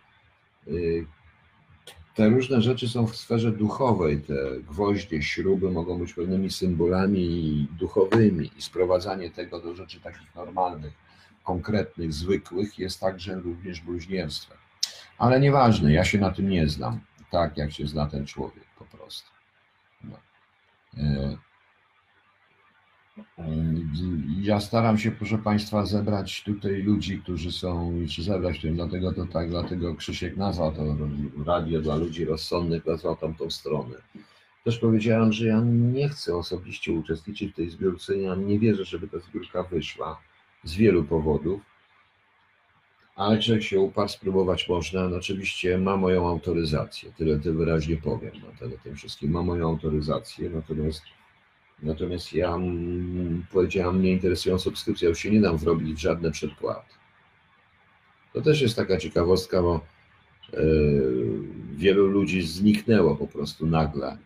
te różne rzeczy są w sferze duchowej, te gwoździe, śruby mogą być pewnymi symbolami duchowymi i sprowadzanie tego do rzeczy takich normalnych, konkretnych, zwykłych jest także również bluźnierstwem. Ale nieważne, ja się na tym nie znam, tak jak się zna ten człowiek po prostu. No. Ja staram się, proszę Państwa, zebrać tutaj ludzi, którzy są, czy zebrać tym, dlatego Krzysiek nazwał to radio dla ludzi rozsądnych, nazwał tamtą stronę. Też powiedziałem, że ja nie chcę osobiście uczestniczyć w tej zbiórce, ja nie wierzę, żeby ta zbiórka wyszła z wielu powodów, ale człowiek się uparł, spróbować można. No oczywiście ma moją autoryzację, tyle wyraźnie powiem na tym wszystkim, ma moją autoryzację, natomiast ja powiedziałem, mnie interesują subskrypcje, już się nie dam wrobić w żadne przedpłaty. To też jest taka ciekawostka, bo wielu ludzi zniknęło po prostu nagle.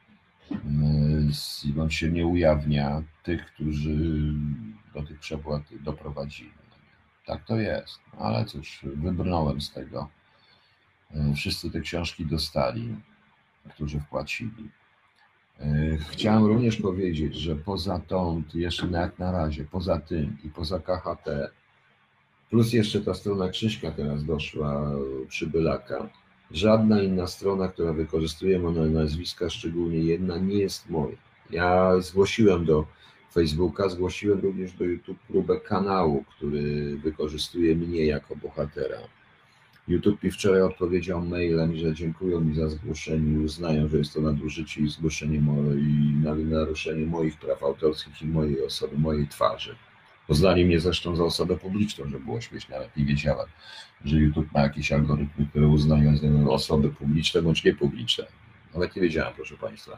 On się nie ujawnia tych, którzy do tych przepłat doprowadzili. Tak to jest, ale cóż, wybrnąłem z tego. Wszyscy te książki dostali, którzy wpłacili. Chciałem również powiedzieć, że poza tą, jeszcze jak na razie, poza tym i poza KHT, plus jeszcze ta strona Krzyśka teraz doszła, Przybylaka, żadna inna strona, która wykorzystuje moje nazwiska, szczególnie jedna, nie jest moja. Ja zgłosiłem do Facebooka, zgłosiłem również do YouTube próbę kanału, który wykorzystuje mnie jako bohatera. YouTube mi wczoraj odpowiedział mailem, że dziękują mi za zgłoszenie i uznają, że jest to nadużycie i zgłoszenie naruszenie moich praw autorskich i mojej osoby, mojej twarzy. Poznali mnie zresztą za osobę publiczną, że było śmieszne, nawet nie wiedziałem, że YouTube ma jakieś algorytmy, które uznają za osoby publiczne bądź niepubliczne. Nawet nie wiedziałem, proszę Państwa.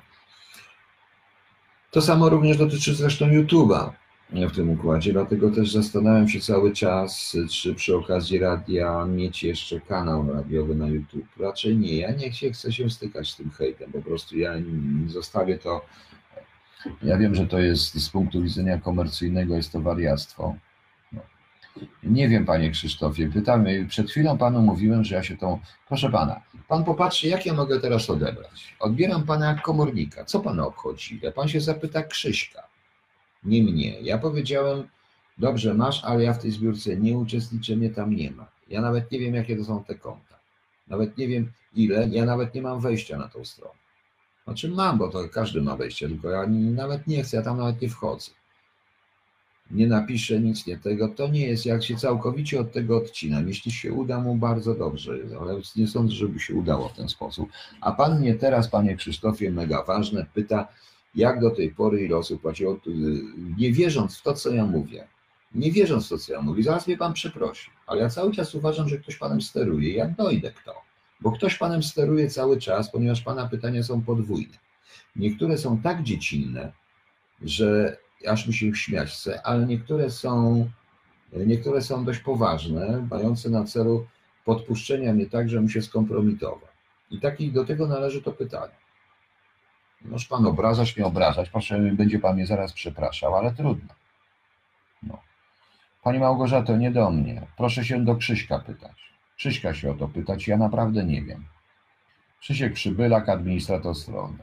To samo również dotyczy zresztą YouTube'a w tym układzie, dlatego też zastanawiam się cały czas, czy przy okazji radia mieć jeszcze kanał radiowy na YouTube. Raczej nie, ja nie chcę się stykać z tym hejtem, po prostu ja zostawię to. Ja wiem, że to jest z punktu widzenia komercyjnego, jest to wariactwo. No. Nie wiem, panie Krzysztofie, pytamy, przed chwilą panu mówiłem, że ja się tą... Proszę pana, pan popatrzy, jak ja mogę teraz odebrać. Odbieram pana jak komornika. Co pana obchodzi? Ja pan się zapyta Krzyśka, nie mnie. Ja powiedziałem, dobrze masz, ale ja w tej zbiórce nie uczestniczę, mnie tam nie ma. Ja nawet nie wiem, jakie to są te konta. Nawet nie wiem ile, ja nawet nie mam wejścia na tą stronę. Znaczy mam, bo to każdy ma wejście, tylko ja nawet nie chcę, ja tam nawet nie wchodzę. Nie napiszę nic, nie tego, to nie jest, jak się całkowicie od tego odcinam. Jeśli się uda mu, bardzo dobrze, ale nie sądzę, żeby się udało w ten sposób. A pan mnie teraz, panie Krzysztofie, mega ważne, pyta, jak do tej pory ile osób płaciło, nie wierząc w to, co ja mówię. Nie wierząc w to, co ja mówię, zaraz mnie pan przeprosi, ale ja cały czas uważam, że ktoś panem steruje. Ja dojdę kto. Bo ktoś panem steruje cały czas, ponieważ pana pytania są podwójne. Niektóre są tak dziecinne, że aż mi się śmiać chce, ale niektóre są dość poważne, mające na celu podpuszczenia mnie tak, żebym się skompromitował. I do tego należy to pytanie. Może pan obrażać, nie obrażać, proszę, będzie pan mnie zaraz przepraszał, ale trudno. No. Pani Małgorzato, nie do mnie. Proszę się do Krzyśka pytać. Krzyśka się o to pytać, ja naprawdę nie wiem. Krzysiek Przybylak, administrator strony.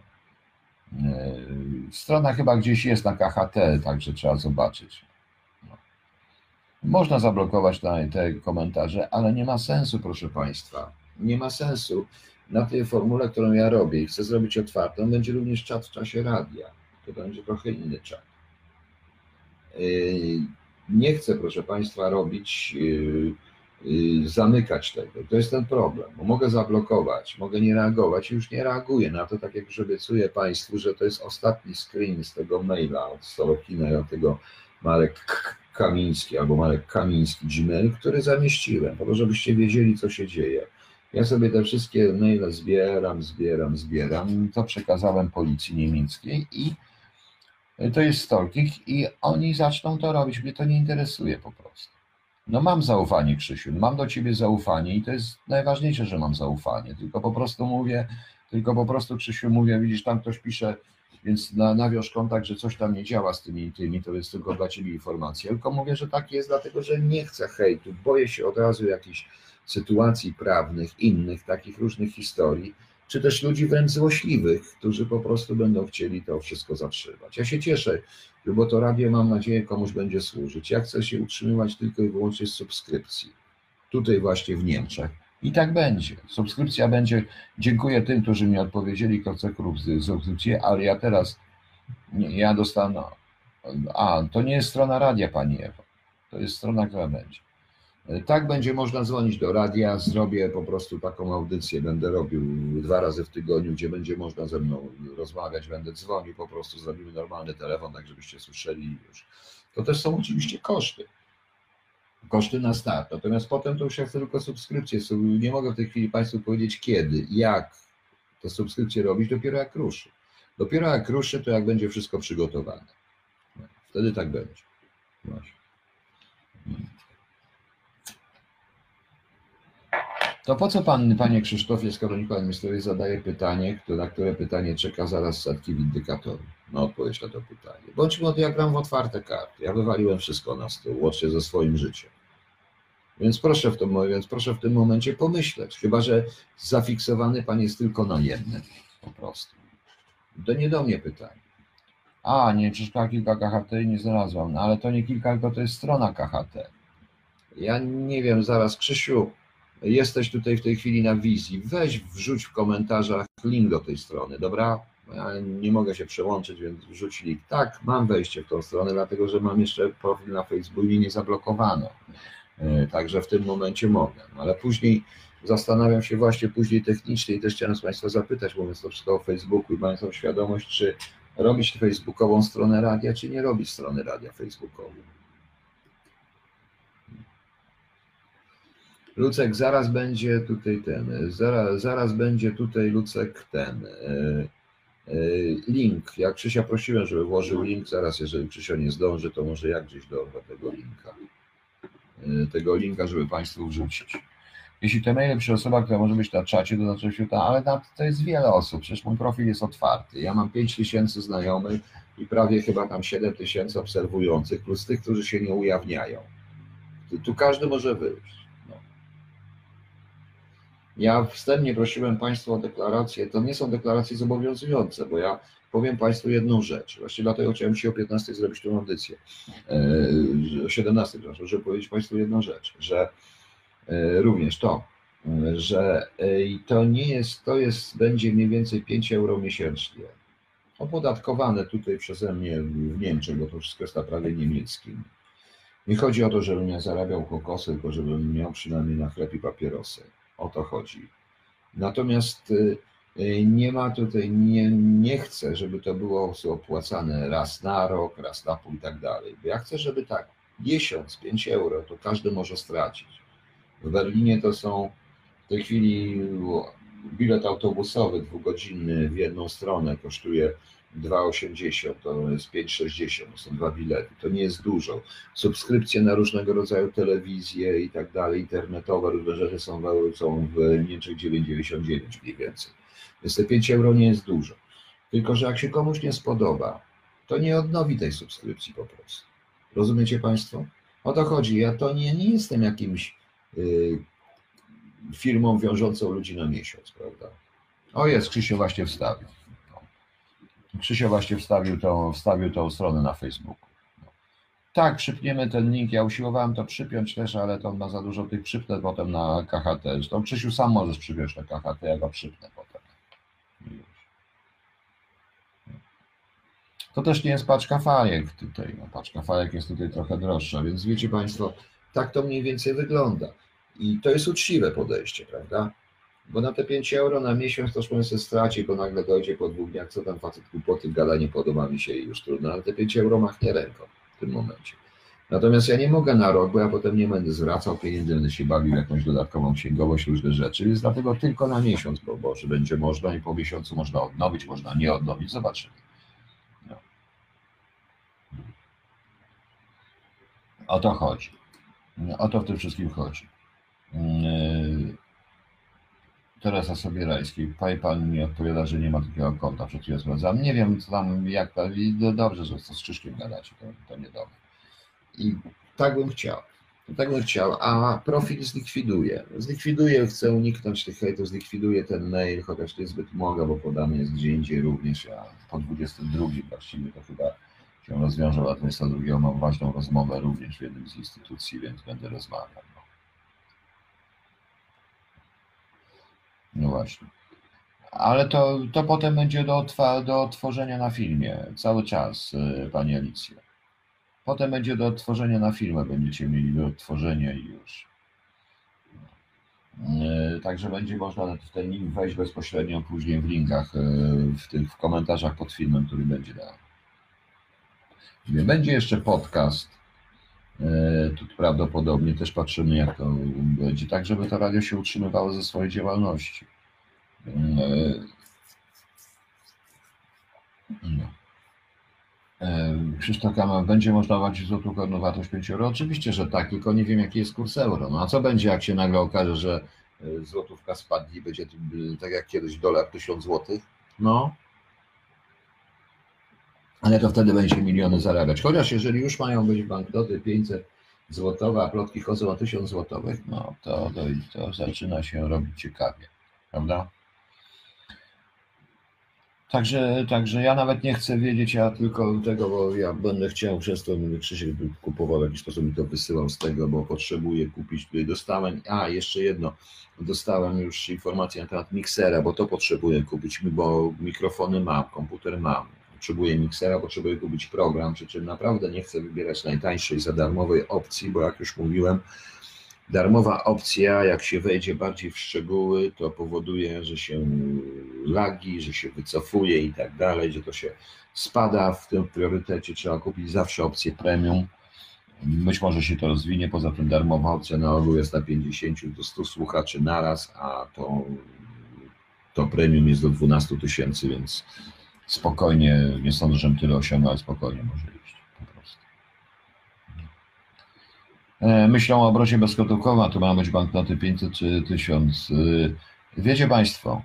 Strona chyba gdzieś jest na KHT, także trzeba zobaczyć. No. Można zablokować te komentarze, ale nie ma sensu, proszę Państwa. Nie ma sensu. Na tej formule, którą ja robię i chcę zrobić otwartą, będzie również czat w czasie radia. To będzie trochę inny czat. Nie chcę, proszę Państwa, zamykać tego. To jest ten problem, bo mogę zablokować, mogę nie reagować i już nie reaguję na to, tak jak już obiecuję Państwu, że to jest ostatni screen z tego maila od Solokina, tego Marek Kamiński albo Marek Kamiński Gmail, który zamieściłem, po to, żebyście wiedzieli, co się dzieje. Ja sobie te wszystkie maile zbieram, to przekazałem policji niemieckiej i to jest stalking i oni zaczną to robić, mnie to nie interesuje po prostu. No mam zaufanie, Krzysiu, mam do ciebie zaufanie i to jest najważniejsze, że mam zaufanie, tylko po prostu Krzysiu mówię, widzisz, tam ktoś pisze, więc nawiąż kontakt, że coś tam nie działa z tymi, to jest tylko dla ciebie informacja, tylko mówię, że tak jest, dlatego że nie chcę hejtu, boję się od razu jakichś sytuacji prawnych, innych, takich różnych historii, czy też ludzi wręcz złośliwych, którzy po prostu będą chcieli to wszystko zatrzymać. Ja się cieszę, bo to radio, mam nadzieję, komuś będzie służyć. Ja chcę się utrzymywać tylko i wyłącznie z subskrypcji. Tutaj właśnie w Niemczech. I tak będzie. Subskrypcja będzie. Dziękuję tym, którzy mi odpowiedzieli, kto chce subskrypcję, ale ja teraz, ja dostanę. To nie jest strona radia, pani Ewo. To jest strona, która będzie. Tak będzie można dzwonić do radia, zrobię po prostu taką audycję, będę robił 2 razy w tygodniu, gdzie będzie można ze mną rozmawiać, będę dzwonił, po prostu zrobimy normalny telefon, tak żebyście słyszeli już. To też są oczywiście koszty na start, natomiast potem to już ja chcę tylko subskrypcję, nie mogę w tej chwili Państwu powiedzieć kiedy, jak te subskrypcje robić, dopiero jak ruszy. Dopiero jak ruszy, to jak będzie wszystko przygotowane. Wtedy tak będzie. Właśnie. To po co pan, panie Krzysztofie, skoro nikt pan ministrowi zadaje pytanie, na które pytanie czeka zaraz setki windykatorów na odpowiedź na to pytanie? Bądźmy ja gram w otwarte karty. Ja wywaliłem wszystko na stół, łącznie ze swoim życiem. Więc proszę w tym momencie pomyśleć, chyba że zafiksowany pan jest tylko na jednym, po prostu. To nie do mnie pytanie. Nie, przecież kilka KHT nie znalazłam, no ale to nie kilka, tylko to jest strona KHT. Ja nie wiem, zaraz Krzysiu, jesteś tutaj w tej chwili na wizji, weź wrzuć w komentarzach link do tej strony, dobra? Ja nie mogę się przełączyć, więc wrzuć link. Tak, mam wejście w tą stronę, dlatego że mam jeszcze profil na Facebooku i nie zablokowano. Także w tym momencie mogę, ale później zastanawiam się właśnie technicznie i też chciałem Państwa zapytać, mówiąc to wszystko o Facebooku i mając tą świadomość, czy robić facebookową stronę radia, czy nie robić strony radia facebookowej. Lucek, zaraz będzie tutaj zaraz będzie tutaj Lucek link. Jak Krzysia prosiłem, żeby włożył link, zaraz jeżeli Krzysio nie zdąży, to może ja gdzieś dorwę tego linka, żeby Państwu wrzucić. Jeśli te maile przy osobach, która może być na czacie, to znaczy się ale to jest wiele osób, przecież mój profil jest otwarty. Ja mam 5000 znajomych i prawie chyba tam 7000 obserwujących, plus tych, którzy się nie ujawniają. Tu każdy może wyjść. Ja wstępnie prosiłem Państwa o deklaracje, to nie są deklaracje zobowiązujące, bo ja powiem Państwu jedną rzecz, właściwie dlatego chciałem dzisiaj o 15 zrobić tę audycję, o 17, przepraszam, żeby powiedzieć Państwu jedną rzecz, że również to, że to nie jest, będzie mniej więcej 5 euro miesięcznie. Opodatkowane tutaj przeze mnie w Niemczech, bo to wszystko jest na prawie niemieckim. Nie chodzi o to, żebym ja zarabiał kokosy, tylko żebym miał przynajmniej na chleb i papierosy. O to chodzi. Natomiast nie ma tutaj, nie chcę, żeby to było opłacane raz na rok, raz na pół i tak dalej. Bo ja chcę, żeby tak, miesiąc 5 euro, to każdy może stracić. W Berlinie to są w tej chwili bilet autobusowy dwugodzinny w jedną stronę kosztuje 2,80, to jest 5,60, to są dwa bilety, to nie jest dużo. Subskrypcje na różnego rodzaju telewizje i tak dalej, internetowe, różne rzeczy są w Niemczech 9,99 mniej więcej. Więc te 5 euro nie jest dużo. Tylko że jak się komuś nie spodoba, to nie odnowi tej subskrypcji po prostu. Rozumiecie Państwo? O to chodzi. Ja to nie jestem jakimś firmą wiążącą ludzi na miesiąc, prawda? O jest, Krzysio właśnie wstawił. Krzysio właśnie wstawił tą stronę na Facebooku. Tak, przypniemy ten link. Ja usiłowałem to przypiąć też, ale to on ma za dużo tych, przypnę potem na KHT. Zresztą Krzysiu sam możesz przypiąć na KHT, ja go przypnę potem. To też nie jest paczka fajek tutaj. No, paczka fajek jest tutaj trochę droższa, więc wiecie Państwo, tak to mniej więcej wygląda. I to jest uczciwe podejście, prawda? Bo na te 5 euro na miesiąc też pan sobie straci, bo nagle dojdzie po 2 dniach, co tam facet głupoty gada, nie podoba mi się i już trudno, ale te 5 euro machnie ręką w tym momencie. Natomiast ja nie mogę na rok, bo ja potem nie będę zwracał pieniędzy, będę się bawił jakąś dodatkową księgowość, różne rzeczy, więc dlatego tylko na miesiąc, bo że będzie można i po miesiącu można odnowić, można nie odnowić, zobaczymy. No. O to chodzi. O to w tym wszystkim chodzi. Teresa Sobierajskiej. PayPal mi odpowiada, że nie ma takiego konta, przed chwilą sprawdzam. Nie wiem, co tam, jak to. Dobrze, że to z Krzyszkiem gadacie, to niedobre. I tak bym chciał. Tak bym chciał, a profil zlikwiduję, chcę uniknąć tych hejtów, zlikwiduję ten mail, chociaż niezbyt mogę, bo podany jest gdzie indziej również, a po 22 właściwie to chyba się rozwiążę, a 22 mam ważną rozmowę również w jednym z instytucji, więc będę rozmawiał. No właśnie. Ale to potem będzie do odtworzenia na filmie, cały czas, Pani Alicjo. Potem będzie do odtworzenia na filmie, będziecie mieli do odtworzenia i już. Także będzie można w ten link wejść bezpośrednio później w linkach, w komentarzach pod filmem, który będzie dany. Będzie jeszcze podcast, tu prawdopodobnie też patrzymy jak to będzie, tak żeby to radio się utrzymywało ze swojej działalności. No. Krzysztof Kamal, będzie można walczyć złotówką wartość 5 euro? Oczywiście, że tak, tylko nie wiem jaki jest kurs euro. No a co będzie, jak się nagle okaże, że złotówka spadnie i będzie tak jak kiedyś dolar 1000 złotych? No. Ale to wtedy będzie miliony zarabiać. Chociaż jeżeli już mają być banknoty 500 złotowe, a plotki chodzą o 1000 złotowych, no to zaczyna się robić ciekawie, prawda? Także ja nawet nie chcę wiedzieć, ja tylko tego, bo ja będę chciał przez to, Krzysiek kupował w jakiś sposób mi to wysyłał z tego, bo potrzebuję kupić, tutaj dostałem, jeszcze jedno, dostałem już informację na temat miksera, bo to potrzebuję kupić, bo mikrofony mam, komputer mam, potrzebuję miksera, potrzebuję kupić program, przy czym naprawdę nie chcę wybierać najtańszej za darmowej opcji, bo jak już mówiłem, darmowa opcja, jak się wejdzie bardziej w szczegóły, to powoduje, że się lagi, że się wycofuje i tak dalej, że to się spada w tym priorytecie. Trzeba kupić zawsze opcję premium. Być może się to rozwinie, poza tym darmowa opcja na ogół jest na 50 do 100 słuchaczy naraz, a to premium jest do 12 000, więc spokojnie, nie sądzę, żebym tyle osiągnął, ale spokojnie może iść po prostu. Myślą o obrocie bezgotówkowym, a tu mają być banknoty 500 czy 1000. Wiecie Państwo,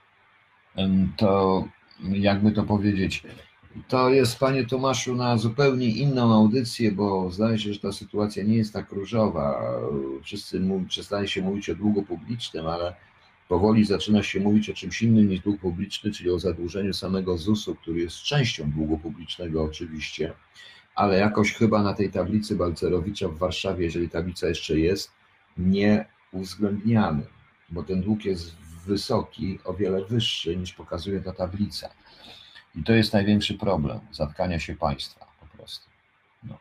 to jakby to powiedzieć, to jest, Panie Tomaszu, na zupełnie inną audycję, bo zdaje się, że ta sytuacja nie jest tak różowa. Wszyscy przestaje się mówić o długu publicznym, ale powoli zaczyna się mówić o czymś innym niż dług publiczny, czyli o zadłużeniu samego ZUS-u, który jest częścią długu publicznego oczywiście, ale jakoś chyba na tej tablicy Balcerowicza w Warszawie, jeżeli tablica jeszcze jest, nie uwzględniamy. bo ten dług jest wysoki, o wiele wyższy niż pokazuje ta tablica. I to jest największy problem zatkania się państwa po prostu. No.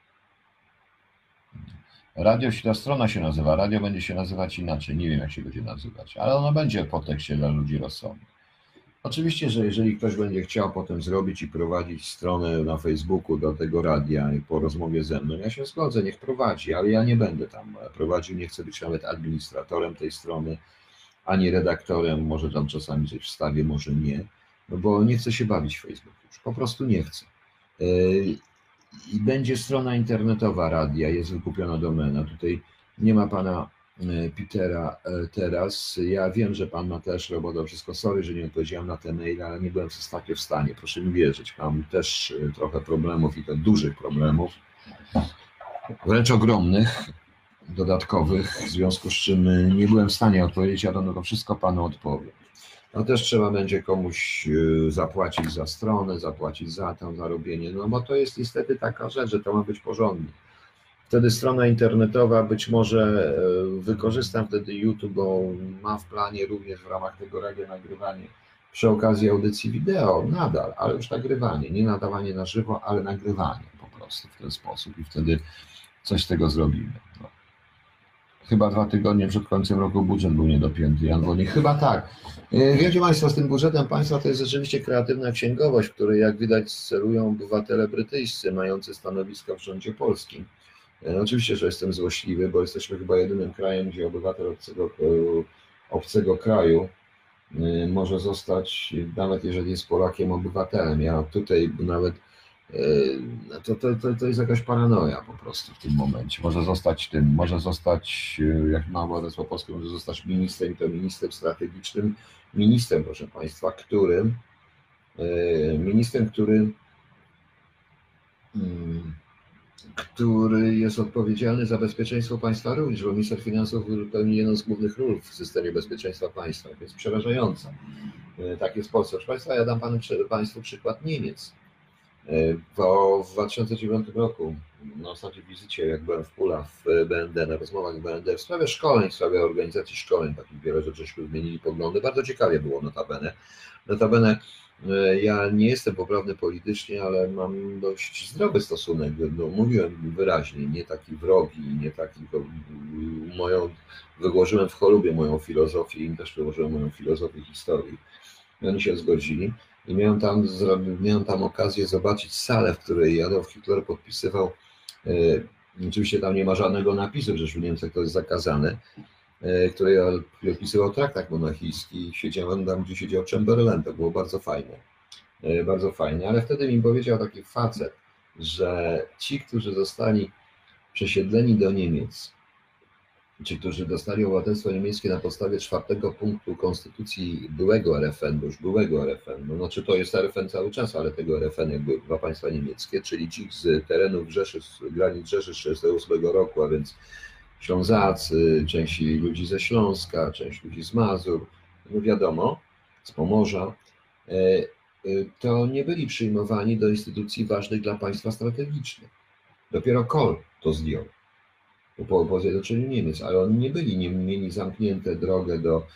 Radio, ta strona się nazywa, radio będzie się nazywać inaczej, nie wiem jak się będzie nazywać, ale ona będzie po tekście dla ludzi rozsądnych. Oczywiście, że jeżeli ktoś będzie chciał potem zrobić i prowadzić stronę na Facebooku do tego radia i po rozmowie ze mną, ja się zgodzę, niech prowadzi, ale ja nie będę tam prowadził, nie chcę być nawet administratorem tej strony, ani redaktorem, może tam czasami coś wstawię, może nie, no bo nie chcę się bawić w Facebooku już, po prostu nie chcę. I będzie strona internetowa radia, jest wykupiona domena, tutaj nie ma pana Petera teraz. Ja wiem, że pan ma też robotę, wszystko, sorry, że nie odpowiedziałem na te maile, ale nie byłem w stanie, proszę mi wierzyć. Mam też trochę problemów i to dużych problemów, wręcz ogromnych, dodatkowych, w związku z czym nie byłem w stanie odpowiedzieć, ale no to wszystko panu odpowiem. No też trzeba będzie komuś zapłacić za stronę, zapłacić za tam, za robienie, no bo to jest niestety taka rzecz, że to ma być porządnie. Wtedy strona internetowa, być może wykorzystam wtedy YouTube, bo ma w planie również w ramach tego radia nagrywanie przy okazji audycji wideo, nadal, ale już nagrywanie, nie nadawanie na żywo, ale nagrywanie po prostu w ten sposób i wtedy coś z tego zrobimy. No. Chyba 2 tygodnie przed końcem roku budżet był niedopięty, Jan Wolnik, chyba tak. Wiecie Państwo, z tym budżetem państwa to jest rzeczywiście kreatywna księgowość, w której jak widać celują obywatele brytyjscy mający stanowiska w rządzie polskim. Oczywiście, że jestem złośliwy, bo jesteśmy chyba jedynym krajem, gdzie obywatel obcego kraju może zostać, nawet jeżeli jest Polakiem, obywatelem. Ja tutaj nawet, to jest jakaś paranoja po prostu w tym momencie. Może zostać, jak ma obywatelstwo polskie, może zostać ministrem, i to ministrem strategicznym, proszę Państwa, który jest odpowiedzialny za bezpieczeństwo państwa również, bo minister finansów pełni jedną z głównych ról w systemie bezpieczeństwa państwa, to jest przerażające. Tak jest w Polsce. Proszę Państwa, ja dam Państwu przykład Niemiec. Bo w 2009 roku na ostatniej wizycie, jak byłem w Pula w BND, na rozmowach w BND w sprawie szkoleń, w sprawie organizacji szkoleń, takich wiele rzeczyśmy zmienili poglądy, bardzo ciekawie było notabene. Ja nie jestem poprawny politycznie, ale mam dość zdrowy stosunek, no, mówiłem wyraźnie, nie taki wrogi, nie taki, wyłożyłem w cholubie moją filozofię, im też wyłożyłem moją filozofię historii. I oni się zgodzili. I miałem tam okazję zobaczyć salę, w której Adolf Hitler podpisywał, oczywiście tam nie ma żadnego napisu, przecież w Niemczech to jest zakazane, której podpisywał traktat monachijski i siedziałem tam, gdzie siedział Chamberlain, to było bardzo fajne, ale wtedy mi powiedział taki facet, że ci, którzy zostali przesiedleni do Niemiec, ci, którzy dostali obywatelstwo niemieckie na podstawie 4 punktu konstytucji byłego RFN, bo już byłego RFN, no znaczy to jest RFN cały czas, ale tego RFN jak były 2 państwa niemieckie, czyli ci z terenów Rzeszy, z granic Rzeszy z 1938 roku, a więc Ślązacy, część ludzi ze Śląska, część ludzi z Mazur, no wiadomo, z Pomorza, to nie byli przyjmowani do instytucji ważnych dla państwa strategicznych. Dopiero Kohl to zdjął po zjednoczeniu Niemiec, ale oni nie mieli zamknięte drogę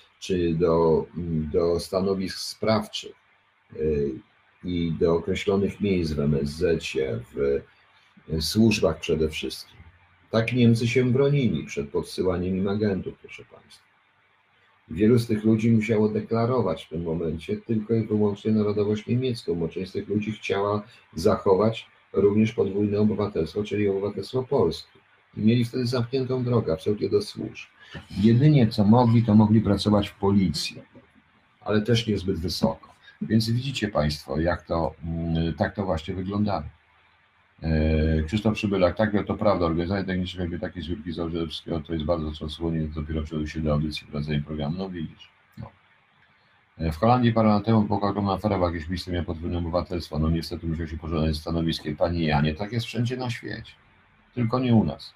do stanowisk sprawczych i do określonych miejsc w MSZ-cie, w służbach przede wszystkim. Tak Niemcy się bronili przed podsyłaniem im agentów, proszę Państwa. Wielu z tych ludzi musiało deklarować w tym momencie tylko i wyłącznie narodowość niemiecką, bo część z tych ludzi chciała zachować również podwójne obywatelstwo, czyli obywatelstwo polskie. I mieli wtedy zamkniętą drogę absolutnie do służb. Jedynie co mogli, to mogli pracować w policji, ale też niezbyt wysoko. Więc widzicie Państwo, tak to właśnie wyglądało. Krzysztof Przybylak, tak, to prawda, organizacja techniczna jakby takiej zbiórki Zabrzeskiego to jest bardzo częstownie, dopiero przejdzie się do audycji, prowadzenia programu, no widzisz. No. W Holandii parę lat temu była ogromna afera, bo jakieś miejsce miało podwójne obywatelstwo, no niestety musiał się pożegnać z stanowiskiem. Panie Janie, tak jest wszędzie na świecie, tylko nie u nas.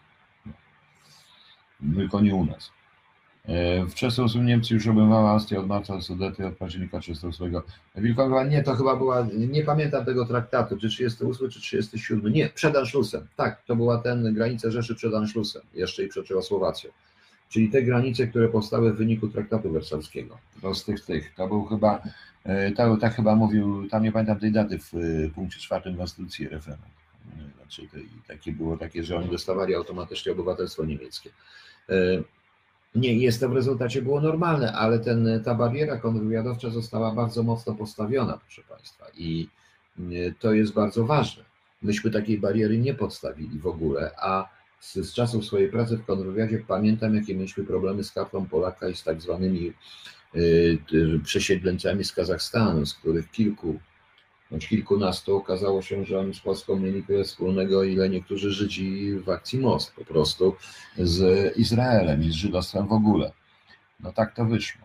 Tylko nie u nas. W 38 Niemcy już obejmowała Austrię od marca do Sudety, od października 38. Wilkowa, nie, to chyba była, nie pamiętam tego traktatu, czy 38, czy 37, nie, przed Anschlussem, tak, to była granica Rzeszy przed Anschlussem, jeszcze i przed Czechosłowacją. czyli te granice, które powstały w wyniku traktatu wersalskiego. To z tych, to był chyba, tak chyba mówił, tam nie pamiętam tej daty w punkcie 4 Konstytucji RFN. Znaczy, takie było takie, że oni dostawali automatycznie obywatelstwo niemieckie. Nie, jest to w rezultacie było normalne, ale ta bariera kontrwywiadowcza została bardzo mocno postawiona, proszę Państwa, i to jest bardzo ważne. Myśmy takiej bariery nie podstawili w ogóle, a z czasów swojej pracy w kontrwywiadzie pamiętam, jakie mieliśmy problemy z kartą Polaka i z tak zwanymi przesiedleńcami z Kazachstanu, z których kilkunastu okazało się, że oni z Polską mieli tyle wspólnego, ile niektórzy Żydzi w akcji Most, po prostu z Izraelem i z żydostwem w ogóle. No tak to wyszło.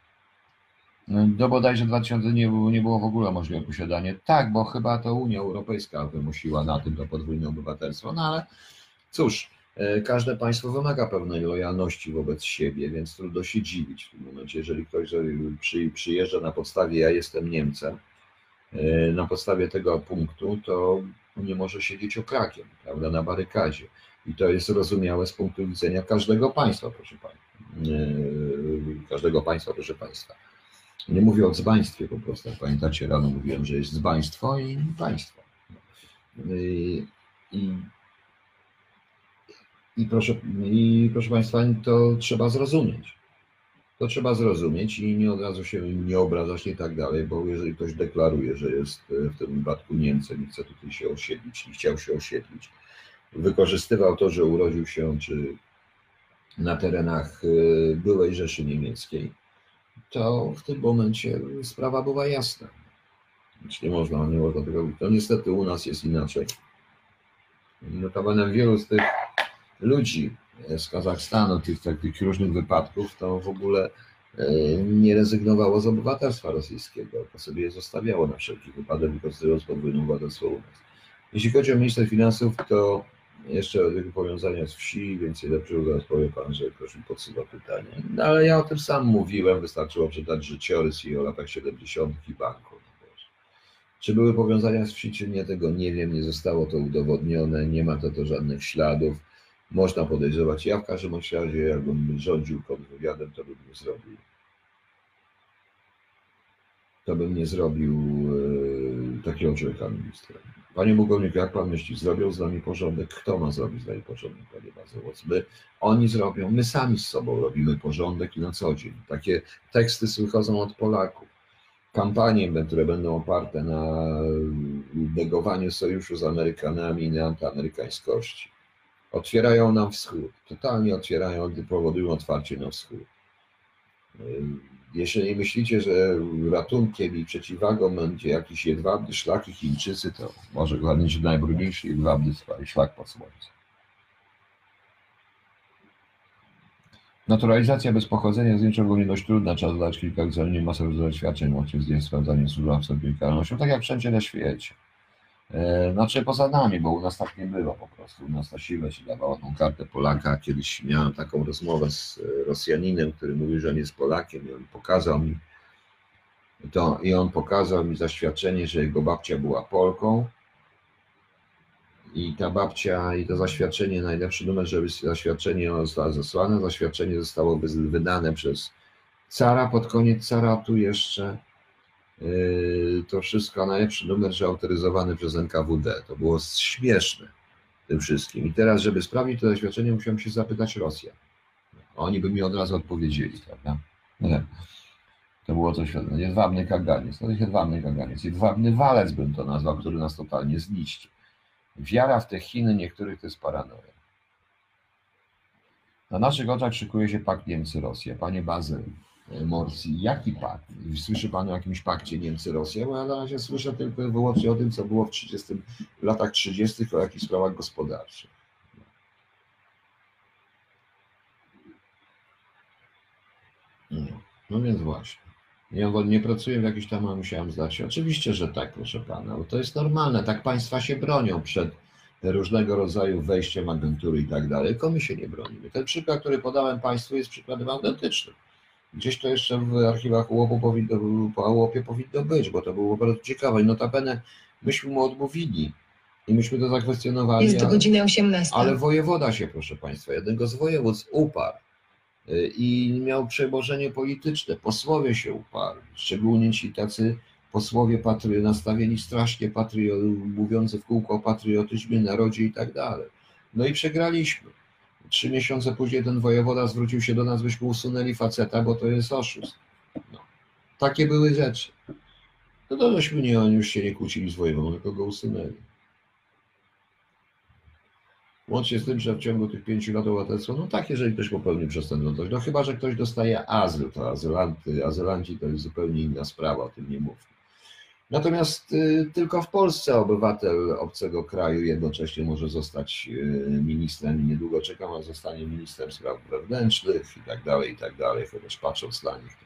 No bodajże w 2000 nie było w ogóle możliwe posiadanie. Tak, bo chyba to Unia Europejska wymusiła na tym to podwójne obywatelstwo, no ale cóż, każde państwo wymaga pewnej lojalności wobec siebie, więc trudno się dziwić w tym momencie, jeżeli ktoś przyjeżdża na podstawie ja jestem Niemcem, na podstawie tego punktu, to nie może siedzieć okrakiem, prawda, na barykadzie. I to jest zrozumiałe z punktu widzenia każdego państwa, proszę Państwa. Każdego państwa, proszę Państwa. Nie mówię o dzbaństwie po prostu. Jak pamiętacie, rano mówiłem, że jest dzbaństwo i państwo. Proszę Państwa, to trzeba zrozumieć. To trzeba zrozumieć i nie od razu się nie obrażać i tak dalej, bo jeżeli ktoś deklaruje, że jest w tym wypadku Niemcem i chce tutaj się osiedlić i chciał się osiedlić, wykorzystywał to, że urodził się czy na terenach byłej Rzeszy Niemieckiej, to w tym momencie sprawa była jasna. Więc nie można tego mówić. To niestety u nas jest inaczej. Notabene wielu z tych ludzi z Kazachstanu, tych różnych wypadków, to w ogóle nie rezygnowało z obywatelstwa rosyjskiego, to sobie je zostawiało na wszelki wypadek, wykorzystując podwójne obywatelstwo u nas. Jeśli chodzi o minister finansów, to jeszcze o tych powiązania z wsi, więcej lepszego, zaraz powie Pan, że proszę podsuwa pytanie. No, ale ja o tym sam mówiłem, wystarczyło czytać życiorys i o latach 70. i banku. Czy były powiązania z wsi, czy nie, tego nie wiem, nie zostało to udowodnione, nie ma to żadnych śladów. Można podejrzewać. Ja w każdym razie, jakbym rządził kontrwywiadem, to bym nie zrobił. To bym nie zrobił takiego człowieka ministra. Panie pułkowniku, jak Pan myśli, zrobią z nami porządek? Kto ma zrobić z nami porządek, Panie Bazowoc? Oni zrobią, my sami z sobą robimy porządek i na co dzień. Takie teksty wychodzą od Polaków. Kampanie, które będą oparte na negowaniu sojuszu z Amerykanami i na antyamerykańskości. Otwierają nam wschód, totalnie otwierają, powodują otwarcie na wschód. Jeżeli myślicie, że ratunkiem i przeciwwagą będzie jakiś jedwabny szlak i Chińczycy, to może go będzie najbrudniejszy jedwabny szlak pod słońcem. Naturalizacja bez pochodzenia zdjęcia ogólnie dość trudna, trzeba dodać kilka egzamini, masę różnych świadczeń, łącznie zdjęć sprawdzaniem służbą karnością, tak jak wszędzie na świecie. Znaczy poza nami, bo u nas tak nie było po prostu. U nas ta siła się dawała tą kartę Polaka. Kiedyś miałem taką rozmowę z Rosjaninem, który mówił, że on jest Polakiem i on pokazał mi to i on pokazał mi zaświadczenie, że jego babcia była Polką i ta babcia i to zaświadczenie, najlepszy numer, żeby zaświadczenie zostało zesłane, zaświadczenie zostało wydane przez cara, pod koniec caratu jeszcze to wszystko, najlepszy numer, że autoryzowany przez NKWD. To było śmieszne tym wszystkim. I teraz, żeby sprawdzić to zaświadczenie, musiałem się zapytać Rosjan. Oni by mi od razu odpowiedzieli, prawda? Nie. To było coś, jedwabny kaganiec. To jest jedwabny kaganiec. Jedwabny walec bym to nazwał, który nas totalnie zniszczy. Wiara w te Chiny niektórych to jest paranoja. Na naszych oczach szykuje się pakt Niemcy-Rosja. Panie Bazyl, Morsi, jaki pakt? Słyszy Pan o jakimś pakcie Niemcy-Rosja? Bo ja na razie słyszę tylko i wyłącznie o tym, co było w latach 30., o jakichś sprawach gospodarczych. No więc właśnie. Ja nie pracuję w jakiś tam, a musiałem zdać się. Oczywiście, że tak, proszę Pana, bo to jest normalne. Tak państwa się bronią przed różnego rodzaju wejściem agentury i tak dalej. Tylko my się nie bronimy. Ten przykład, który podałem Państwu, jest przykładem autentycznym. Gdzieś to jeszcze w archiwach UOP-ie powinno być, bo to było bardzo ciekawe. I notabene myśmy mu odmówili i myśmy to zakwestionowali. Jest godzina 18. Ale wojewoda się, proszę Państwa, jednego z województw uparł. i miał przełożenie polityczne. Posłowie się uparli, szczególnie ci tacy posłowie nastawieni strasznie, mówiący w kółko o patriotyzmie, narodzie i tak dalej. No i przegraliśmy. 3 miesiące później ten wojewoda zwrócił się do nas, byśmy usunęli faceta, bo to jest oszust. No. Takie były rzeczy. No to żeśmy nie, oni już się nie kłócili z wojewodą, tylko go usunęli. Łącznie z tym, że w ciągu tych 5 lat obywatelstwa, no tak, jeżeli ktoś popełni przestępstwo, no chyba, że ktoś dostaje azyl, to azylanci to jest zupełnie inna sprawa, o tym nie mówmy. Natomiast tylko w Polsce obywatel obcego kraju jednocześnie może zostać ministrem i niedługo czekam, a zostanie ministrem spraw wewnętrznych i tak dalej, chociaż patrząc na nich,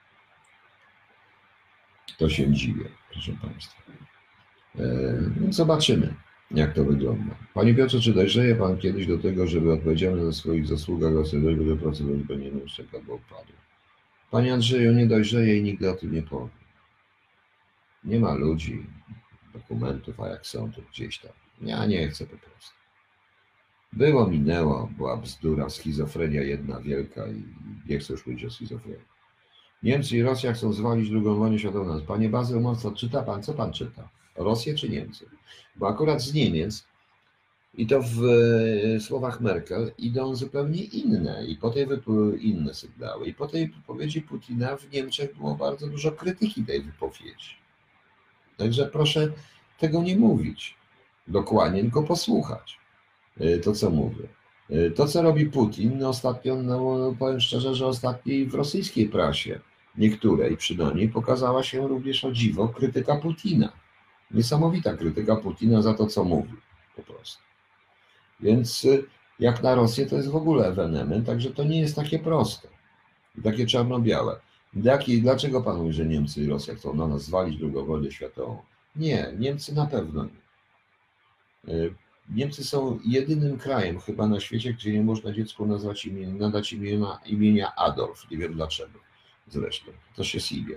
to się dziwię, proszę Państwa. Zobaczymy, jak to wygląda. Panie Piotrze, czy dojrzeje Pan kiedyś do tego, żeby odpowiedzialny za swoich zasługach oceniać, by pracować będzie czeka, bo upadł? Panie Andrzeju, nie dojrzeje i nigdy o tym nie powiem. Nie ma ludzi, dokumentów, a jak są, to gdzieś tam. Ja nie chcę po prostu. Było, minęło, była bzdura, schizofrenia jedna wielka i nie chcę już mówić o schizofrenii. Niemcy i Rosja chcą zwalić drugą wojnę światową. Panie Bazyl Mocno, czyta Pan, co Pan czyta? Rosję czy Niemcy? Bo akurat z Niemiec, i to w słowach Merkel, idą zupełnie inne i po tej inne sygnały. I po tej wypowiedzi Putina w Niemczech było bardzo dużo krytyki tej wypowiedzi. Także proszę tego nie mówić dokładnie, tylko posłuchać to, co mówię. To, co robi Putin, ostatnio, no, powiem szczerze, że ostatniej w rosyjskiej prasie, niektórej przynajmniej, pokazała się również o dziwo krytyka Putina. Niesamowita krytyka Putina za to, co mówi, po prostu. Więc jak na Rosję, to jest w ogóle ewenement, także to nie jest takie proste i takie czarno-białe. Dlaczego Pan mówi, że Niemcy i Rosja chcą na nas zwalić drugą wojnę światową? Nie, Niemcy na pewno nie. Niemcy są jedynym krajem chyba na świecie, gdzie nie można dziecku nadać imienia Adolf. Nie wiem dlaczego zresztą. To się sobie.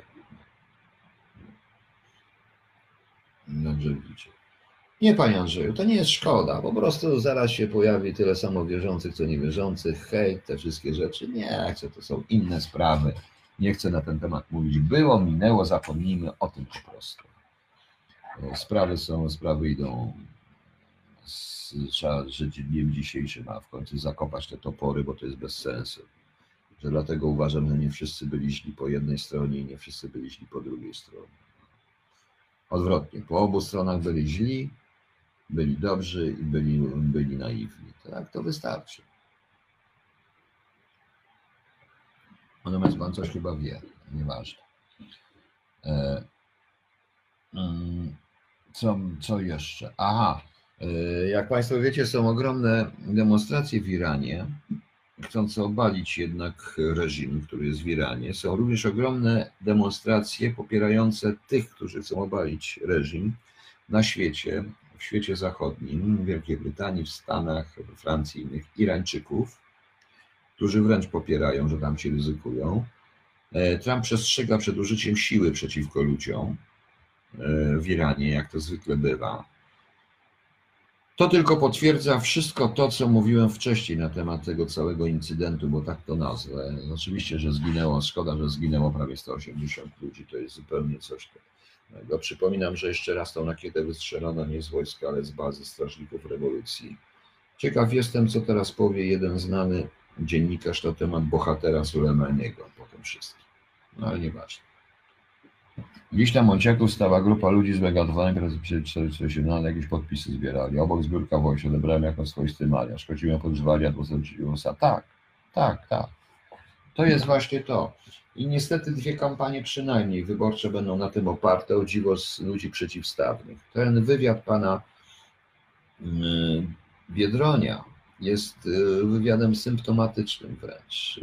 Dobrze widzicie. Nie, Panie Andrzeju, to nie jest szkoda. Po prostu zaraz się pojawi tyle samo wierzących, co niewierzących. Hej, te wszystkie rzeczy. Nie chcę, to są inne sprawy. Nie chcę na ten temat mówić. Było, minęło, zapomnijmy o tym po prostu. Sprawy idą. Trzeba żyć dniem dzisiejszym, a w końcu zakopać te topory, bo to jest bez sensu. Że dlatego uważam, że nie wszyscy byli źli po jednej stronie i nie wszyscy byli źli po drugiej stronie. Odwrotnie, po obu stronach byli źli, byli dobrzy i byli naiwni. Tak, to wystarczy. Natomiast Pan coś chyba wie, nieważne. Co jeszcze? Aha. Jak Państwo wiecie, są ogromne demonstracje w Iranie, chcące obalić jednak reżim, który jest w Iranie. Są również ogromne demonstracje popierające tych, którzy chcą obalić reżim na świecie, w świecie zachodnim, w Wielkiej Brytanii, w Stanach, we Francji, innych Irańczyków, którzy wręcz popierają, że tam się ryzykują. Trump przestrzega przed użyciem siły przeciwko ludziom w Iranie, jak to zwykle bywa. To tylko potwierdza wszystko to, co mówiłem wcześniej na temat tego całego incydentu, bo tak to nazwę. Oczywiście, że zginęło, szkoda, że zginęło prawie 180 ludzi, to jest zupełnie coś takiego. Przypominam, że jeszcze raz tą rakietę wystrzelono nie z wojska, ale z bazy strażników rewolucji. Ciekaw jestem, co teraz powie jeden znany dziennikarz na temat bohatera Sulejmaniego po tym wszystkim. No ale nieważne. Dziś na Monciaku stała grupa ludzi zmegalowanych przez 447, jakieś podpisy zbierali. Obok zbiórka wojsk odebrałem jako swoisty mariaż. Chodziłem po drzewie atmosfery. Tak. To jest właśnie to. I niestety 2 kampanie przynajmniej wyborcze będą na tym oparte, o dziwo z ludzi przeciwstawnych. Ten wywiad pana Biedronia jest wywiadem symptomatycznym wręcz.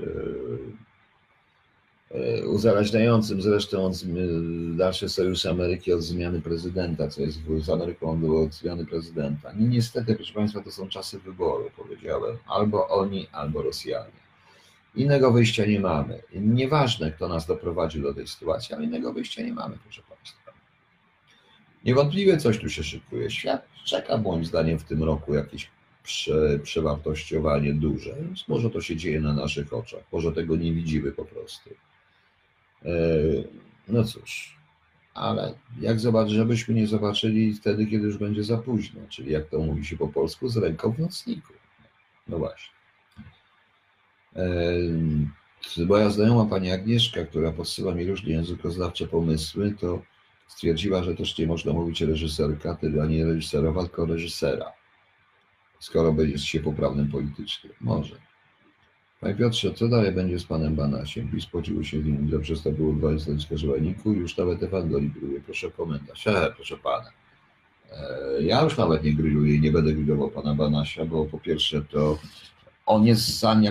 Uzależniającym zresztą od dalszy sojusz Ameryki od zmiany prezydenta, co jest z Ameryką było od zmiany prezydenta. I niestety, proszę Państwa, to są czasy wyboru, powiedziałem. Albo oni, albo Rosjanie. Innego wyjścia nie mamy. Nieważne, kto nas doprowadził do tej sytuacji, ale innego wyjścia nie mamy, proszę Państwa. Niewątpliwie coś tu się szykuje. Świat czeka moim zdaniem w tym roku jakieś przewartościowanie duże. Więc może to się dzieje na naszych oczach, może tego nie widzimy po prostu. No cóż, ale jak zobaczyć, żebyśmy nie zobaczyli wtedy, kiedy już będzie za późno, czyli jak to mówi się po polsku, z ręką w nocniku. No właśnie. Moja znajoma pani Agnieszka, która podsyła mi różne językoznawcze pomysły, to stwierdziła, że też nie można mówić reżyserka, a nie reżyserowa, tylko reżysera. Skoro będzie się poprawnym politycznie. Może. Panie Piotrze, co dalej będzie z panem Banasiem? PiS podzielił się z nim, że przystąpił dwa instytucje żywaniku i już nawet Ewangelii grilluje. Proszę komentarz. Proszę pana. Ja już nawet nie grilluję i nie będę grillował pana Banasia, bo po pierwsze to on jest sam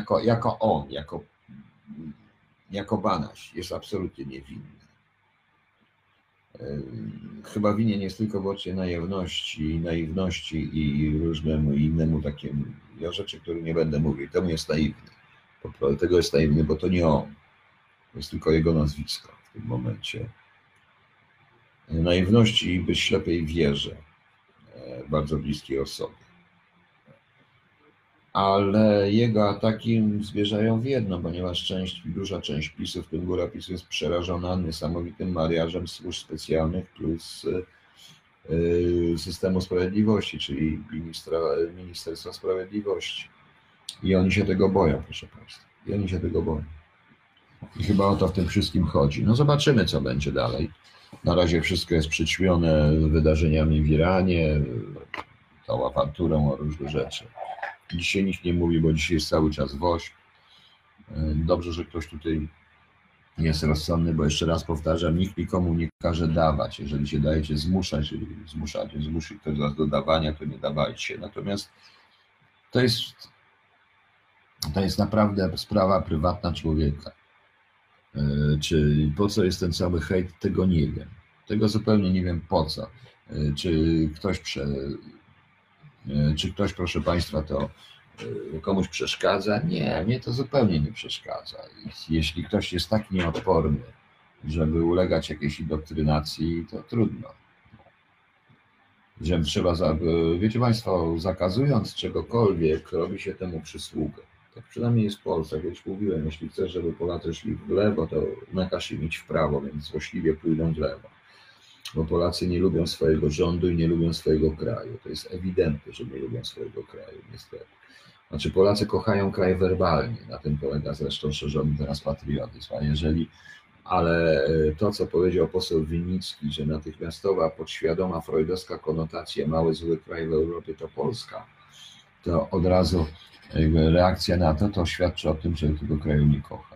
jako Banaś jest absolutnie niewinny. Chyba winien jest tylko wyłącznie naiwności i różnemu innemu takiemu rzeczy, których nie będę mówił. Temu jest naiwny. Tego jest naiwny, bo to nie on. To jest tylko jego nazwisko w tym momencie. Naiwności i być ślepej wierze bardzo bliskiej osobie. Ale jego ataki zmierzają w jedno, ponieważ duża część PiS-u, w tym góra PiS-u, jest przerażona niesamowitym mariażem służb specjalnych plus systemu sprawiedliwości, czyli Ministerstwa Sprawiedliwości. I oni się tego boją, proszę państwa. I oni się tego boją. I chyba o to w tym wszystkim chodzi. No zobaczymy, co będzie dalej. Na razie wszystko jest przyćmione wydarzeniami w Iranie, tą awanturą o różne rzeczy. Dzisiaj nikt nie mówi, bo dzisiaj jest cały czas woś. Dobrze, że ktoś tutaj jest rozsądny, bo jeszcze raz powtarzam, nikt nikomu nie każe dawać. Jeżeli się dajecie zmusi ktoś was do dawania, to nie dawajcie. Natomiast to jest naprawdę sprawa prywatna człowieka. Czy po co jest ten cały hejt, tego nie wiem. Tego zupełnie nie wiem po co. Czy ktoś, proszę państwa, to komuś przeszkadza? Nie, mnie to zupełnie nie przeszkadza. Jeśli ktoś jest tak nieodporny, żeby ulegać jakiejś indoktrynacji, to trudno. Że trzeba, wiecie państwo, zakazując czegokolwiek, robi się temu przysługę. Tak przynajmniej jest w Polsce. Jak już mówiłem, jeśli chcesz, żeby Polacy szli w lewo, to nakaż im iść w prawo, więc złośliwie pójdą w lewo. Bo Polacy nie lubią swojego rządu i nie lubią swojego kraju. To jest ewidentne, że nie lubią swojego kraju, niestety. Znaczy Polacy kochają kraj werbalnie, na tym polega zresztą szerzony teraz patriotyzm, ale to, co powiedział poseł Winnicki, że natychmiastowa, podświadoma, freudowska konotacja mały, zły kraj w Europie to Polska, to od razu reakcja na to świadczy o tym, że tego kraju nie kocha.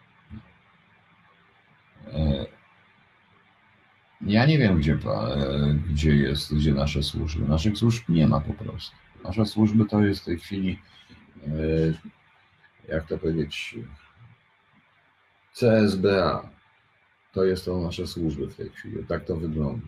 Ja nie wiem, gdzie nasze służby. Naszych służb nie ma po prostu. Nasze służby to jest w tej chwili, jak to powiedzieć, CSBA. To są nasze służby w tej chwili. Tak to wygląda.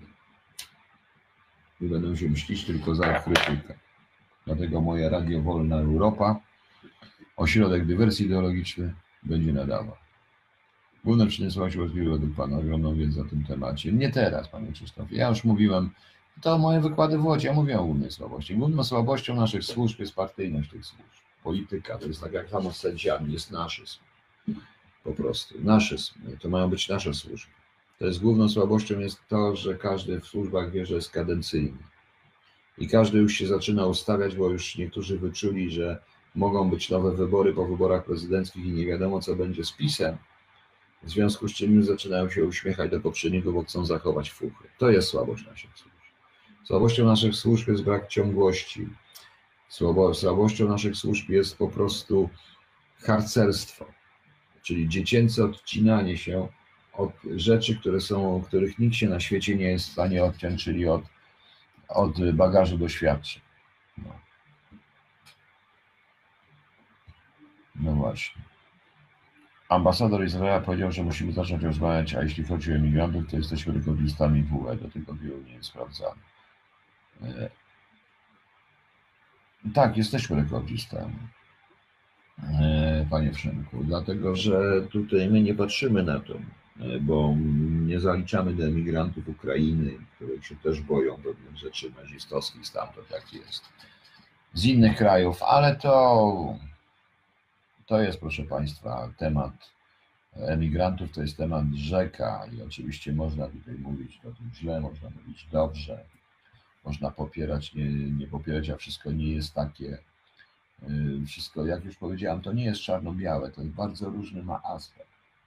I będą się mścić tylko za krytykę. Dlatego moje Radio Wolna Europa, ośrodek dywersji ideologicznej, będzie nadawał. Główne przyniosła się możliwe według Pana ogromną wiedzę o tym temacie. Nie teraz, Panie Krzysztofie. Ja już mówiłem, to moje wykłady w Łodzi, ja mówiłem o głównej słabości. Główną słabością naszych służb jest partyjność tych służb. Polityka, to jest tak jak samo z sędziami, jest naszyzm. Po prostu, naszyzm. To mają być nasze służby. To jest główną słabością jest to, że każdy w służbach wie, że jest kadencyjny. I każdy już się zaczyna ustawiać, bo już niektórzy wyczuli, że mogą być nowe wybory po wyborach prezydenckich i nie wiadomo, co będzie z PiS-em. W związku z czym już zaczynają się uśmiechać do poprzedniego, bo chcą zachować fuchy. To jest słabość naszych służb. Słabością naszych służb jest brak ciągłości. Słabością naszych służb jest po prostu harcerstwo, czyli dziecięce odcinanie się od rzeczy, których nikt się na świecie nie jest w stanie odciąć, czyli od bagażu doświadczeń. No właśnie. Ambasador Izraela powiedział, że musimy zacząć rozmawiać, a jeśli chodzi o emigrantów, to jesteśmy rekordistami w UE, do tego wielu nie jest sprawdzane. Tak, jesteśmy rekordzistami, Panie Przemku, dlatego że tutaj my nie patrzymy na to, bo nie zaliczamy do emigrantów Ukrainy, których się też boją pewnych rzeczy nazistowskich, stamtąd tak jest. z innych krajów, ale to jest, proszę Państwa, temat emigrantów, to jest temat rzeka i oczywiście można tutaj mówić o tym źle, można mówić dobrze, można popierać, nie popierać, a wszystko nie jest takie, wszystko, jak już powiedziałem, to nie jest czarno-białe, to jest bardzo różny ma aspekt.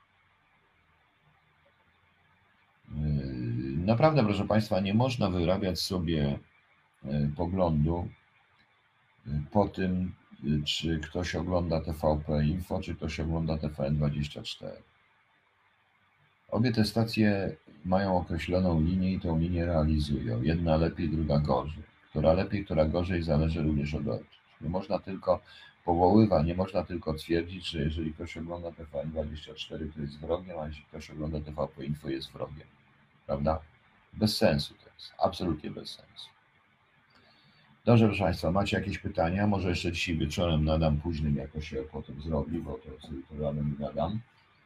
Naprawdę, proszę Państwa, nie można wyrabiać sobie poglądu po tym, czy ktoś ogląda TVP Info, czy ktoś ogląda TVN24. Obie te stacje mają określoną linię i tą linię realizują. Jedna lepiej, druga gorzej. Która lepiej, która gorzej, zależy również od ojców. Nie można tylko powoływać, nie można tylko twierdzić, że jeżeli ktoś ogląda TVN24, to jest wrogiem, a jeśli ktoś ogląda TVP Info, jest wrogiem. Prawda? Bez sensu to jest. Absolutnie bez sensu. Dobrze, proszę Państwa, macie jakieś pytania? Może jeszcze dzisiaj wieczorem nadam późnym, jako się potem zrobi, bo to sobie to ranem nadam.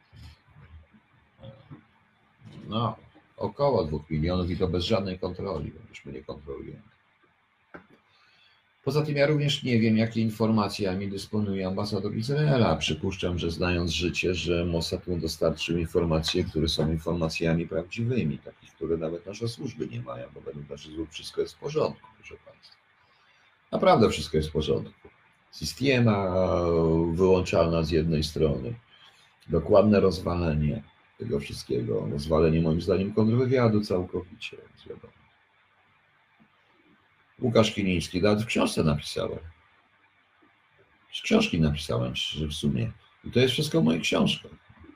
No, około 2 milionów i to bez żadnej kontroli, bo już my nie kontrolujemy. Poza tym ja również nie wiem, jakie informacjami dysponuje ambasador Izraela. Przypuszczam, że znając życie, że Mossad mu dostarczył informacje, które są informacjami prawdziwymi, takich, które nawet nasze służby nie mają, bo według naszych służb wszystko jest w porządku, proszę Państwa. Naprawdę wszystko jest w porządku. Systema wyłączalna z jednej strony, dokładne rozwalenie tego wszystkiego, rozwalenie moim zdaniem kontrwywiadu całkowicie, wiadomo. Łukasz Kiliński, nawet w książce napisałem. Z książki napisałem, że w sumie. I to jest wszystko w moich książkach.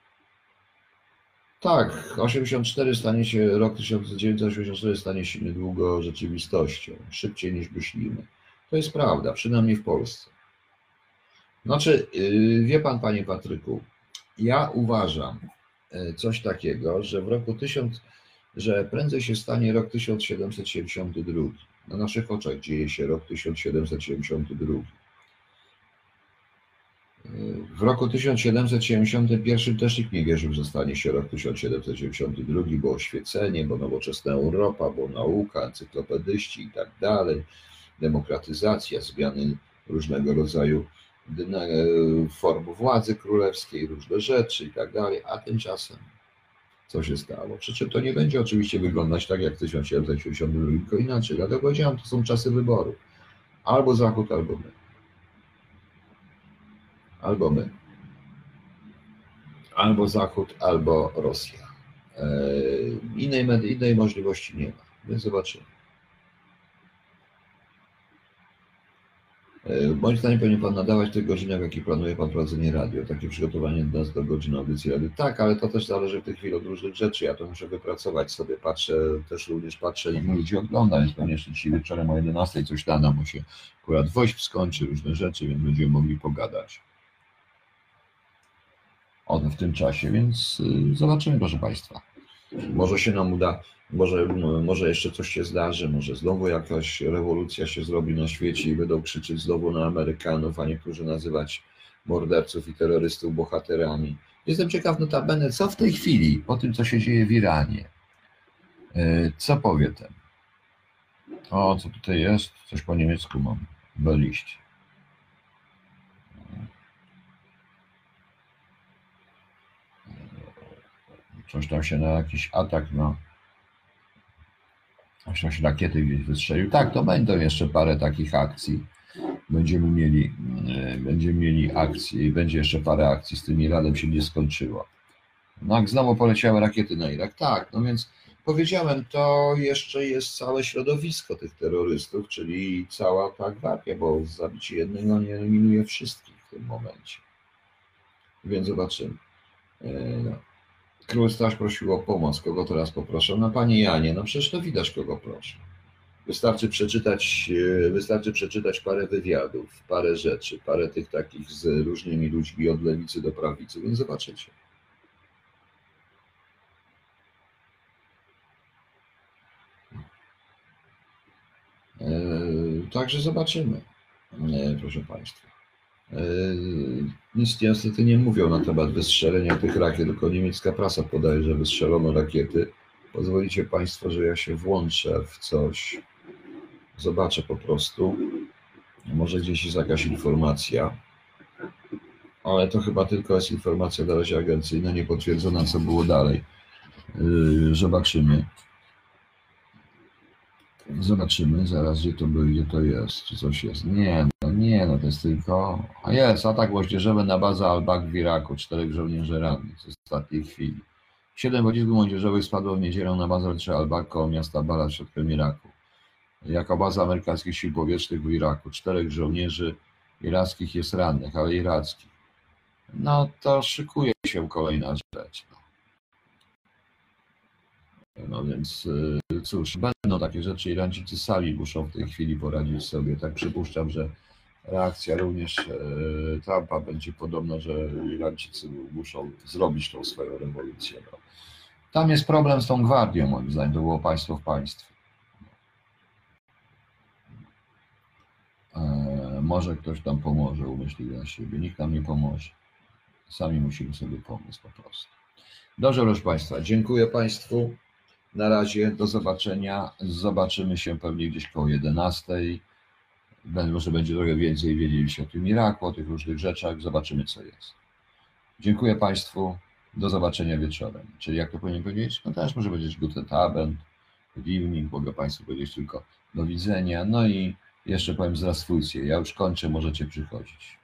Tak, 84 stanie się, rok 1984 stanie się niedługo rzeczywistością. Szybciej niż myślimy. To jest prawda, przynajmniej w Polsce. Znaczy, wie pan, panie Patryku, ja uważam coś takiego, że w roku że prędzej się stanie rok 1772. Na naszych oczach dzieje się rok 1772. W roku 1771 też nikt nie wierzył, że stanie się rok 1772, bo oświecenie, bo nowoczesna Europa, bo nauka, encyklopedyści i tak dalej, demokratyzacja, zmiany różnego rodzaju form władzy królewskiej, różne rzeczy i tak dalej, a tymczasem co się stało? Przy czym to nie będzie oczywiście wyglądać tak jak w 1772, tylko inaczej. Dlatego powiedziałem, to są czasy wyboru. Albo Zachód, albo my. Albo my. Albo Zachód, albo Rosja. Innej możliwości nie ma. Więc zobaczymy. Moim zdaniem powinien Pan nadawać w tych godzinach, w jakich planuje Pan prowadzenie radio. Takie przygotowanie nas do godziny audycji radio. Tak, ale to też zależy w tej chwili od różnych rzeczy. Ja to muszę wypracować sobie. Również patrzę, ile ludzi ogląda, więc pewnie jeszcze dzisiaj wieczorem o 11 coś nadam, bo się akurat WOŚP skończy, różne rzeczy, więc będziemy mogli pogadać o tym w tym czasie, więc zobaczymy, proszę Państwa. Może się nam uda, może jeszcze coś się zdarzy, może znowu jakaś rewolucja się zrobi na świecie i będą krzyczeć znowu na Amerykanów, a niektórzy nazywać morderców i terrorystów bohaterami. Jestem ciekaw notabene, co w tej chwili, po tym co się dzieje w Iranie, co powie ten? O, co tutaj jest? Coś po niemiecku mam, liście. Coś tam się na jakiś atak, coś tam się rakiety gdzieś wystrzelił. Tak, to będą jeszcze parę takich akcji. Będziemy mieli akcji, będzie jeszcze parę akcji, z tym Iranem się nie skończyło. No jak znowu poleciały rakiety na Irak. Tak, no więc powiedziałem, to jeszcze jest całe środowisko tych terrorystów, czyli cała ta gwardia, bo zabicie jednego nie eliminuje wszystkich w tym momencie. Więc zobaczymy. No. Król Staś prosił o pomoc. Kogo teraz poproszę? No panie Janie, no przecież to widać, kogo proszę. Wystarczy przeczytać parę wywiadów, parę rzeczy, parę tych takich z różnymi ludźmi od lewicy do prawicy, więc zobaczycie. Także zobaczymy, proszę Państwa. Nic niestety nie mówią na temat wystrzelenia tych rakiet, tylko niemiecka prasa podaje, że wystrzelono rakiety. Pozwolicie Państwo, że ja się włączę w coś. Zobaczę po prostu. Może gdzieś jest jakaś informacja, ale to chyba tylko jest informacja na razie agencyjna, niepotwierdzona, co było dalej. Zobaczymy. Zobaczymy zaraz, gdzie to jest, czy coś jest. Nie, to jest tylko... A jest, atak moździerzowy na bazę Al-Baq w Iraku, 4 żołnierzy rannych z ostatniej chwili. 7 pocisków moździerzowych spadło w niedzielę na bazę lotniczą Al-Baq koło miasta Balad w środku Iraku. Jako baza amerykańskich sił powietrznych w Iraku. 4 żołnierzy irackich jest rannych, ale irackich. No to szykuje się kolejna rzecz. No więc cóż, będą takie rzeczy. Irańczycy sami muszą w tej chwili poradzić sobie. Tak przypuszczam, że reakcja również Trumpa będzie podobna, że Irańczycy muszą zrobić tą swoją rewolucję. No. Tam jest problem z tą gwardią, moim zdaniem. To było państwo w państwie. Może ktoś tam pomoże, umyślił na siebie. Nikt nam nie pomoże. Sami musimy sobie pomóc po prostu. Dobrze, proszę Państwa. Dziękuję Państwu. Na razie, do zobaczenia. Zobaczymy się pewnie gdzieś koło 11. Może będzie trochę więcej wiedzieć o tym Iraku, o tych różnych rzeczach. Zobaczymy, co jest. Dziękuję Państwu. Do zobaczenia wieczorem. Czyli jak to powinien powiedzieć? No też może powiedzieć Guten Abend, good evening. Mogę Państwu powiedzieć tylko do widzenia. No i jeszcze powiem zrastwujcie. Ja już kończę, możecie przychodzić.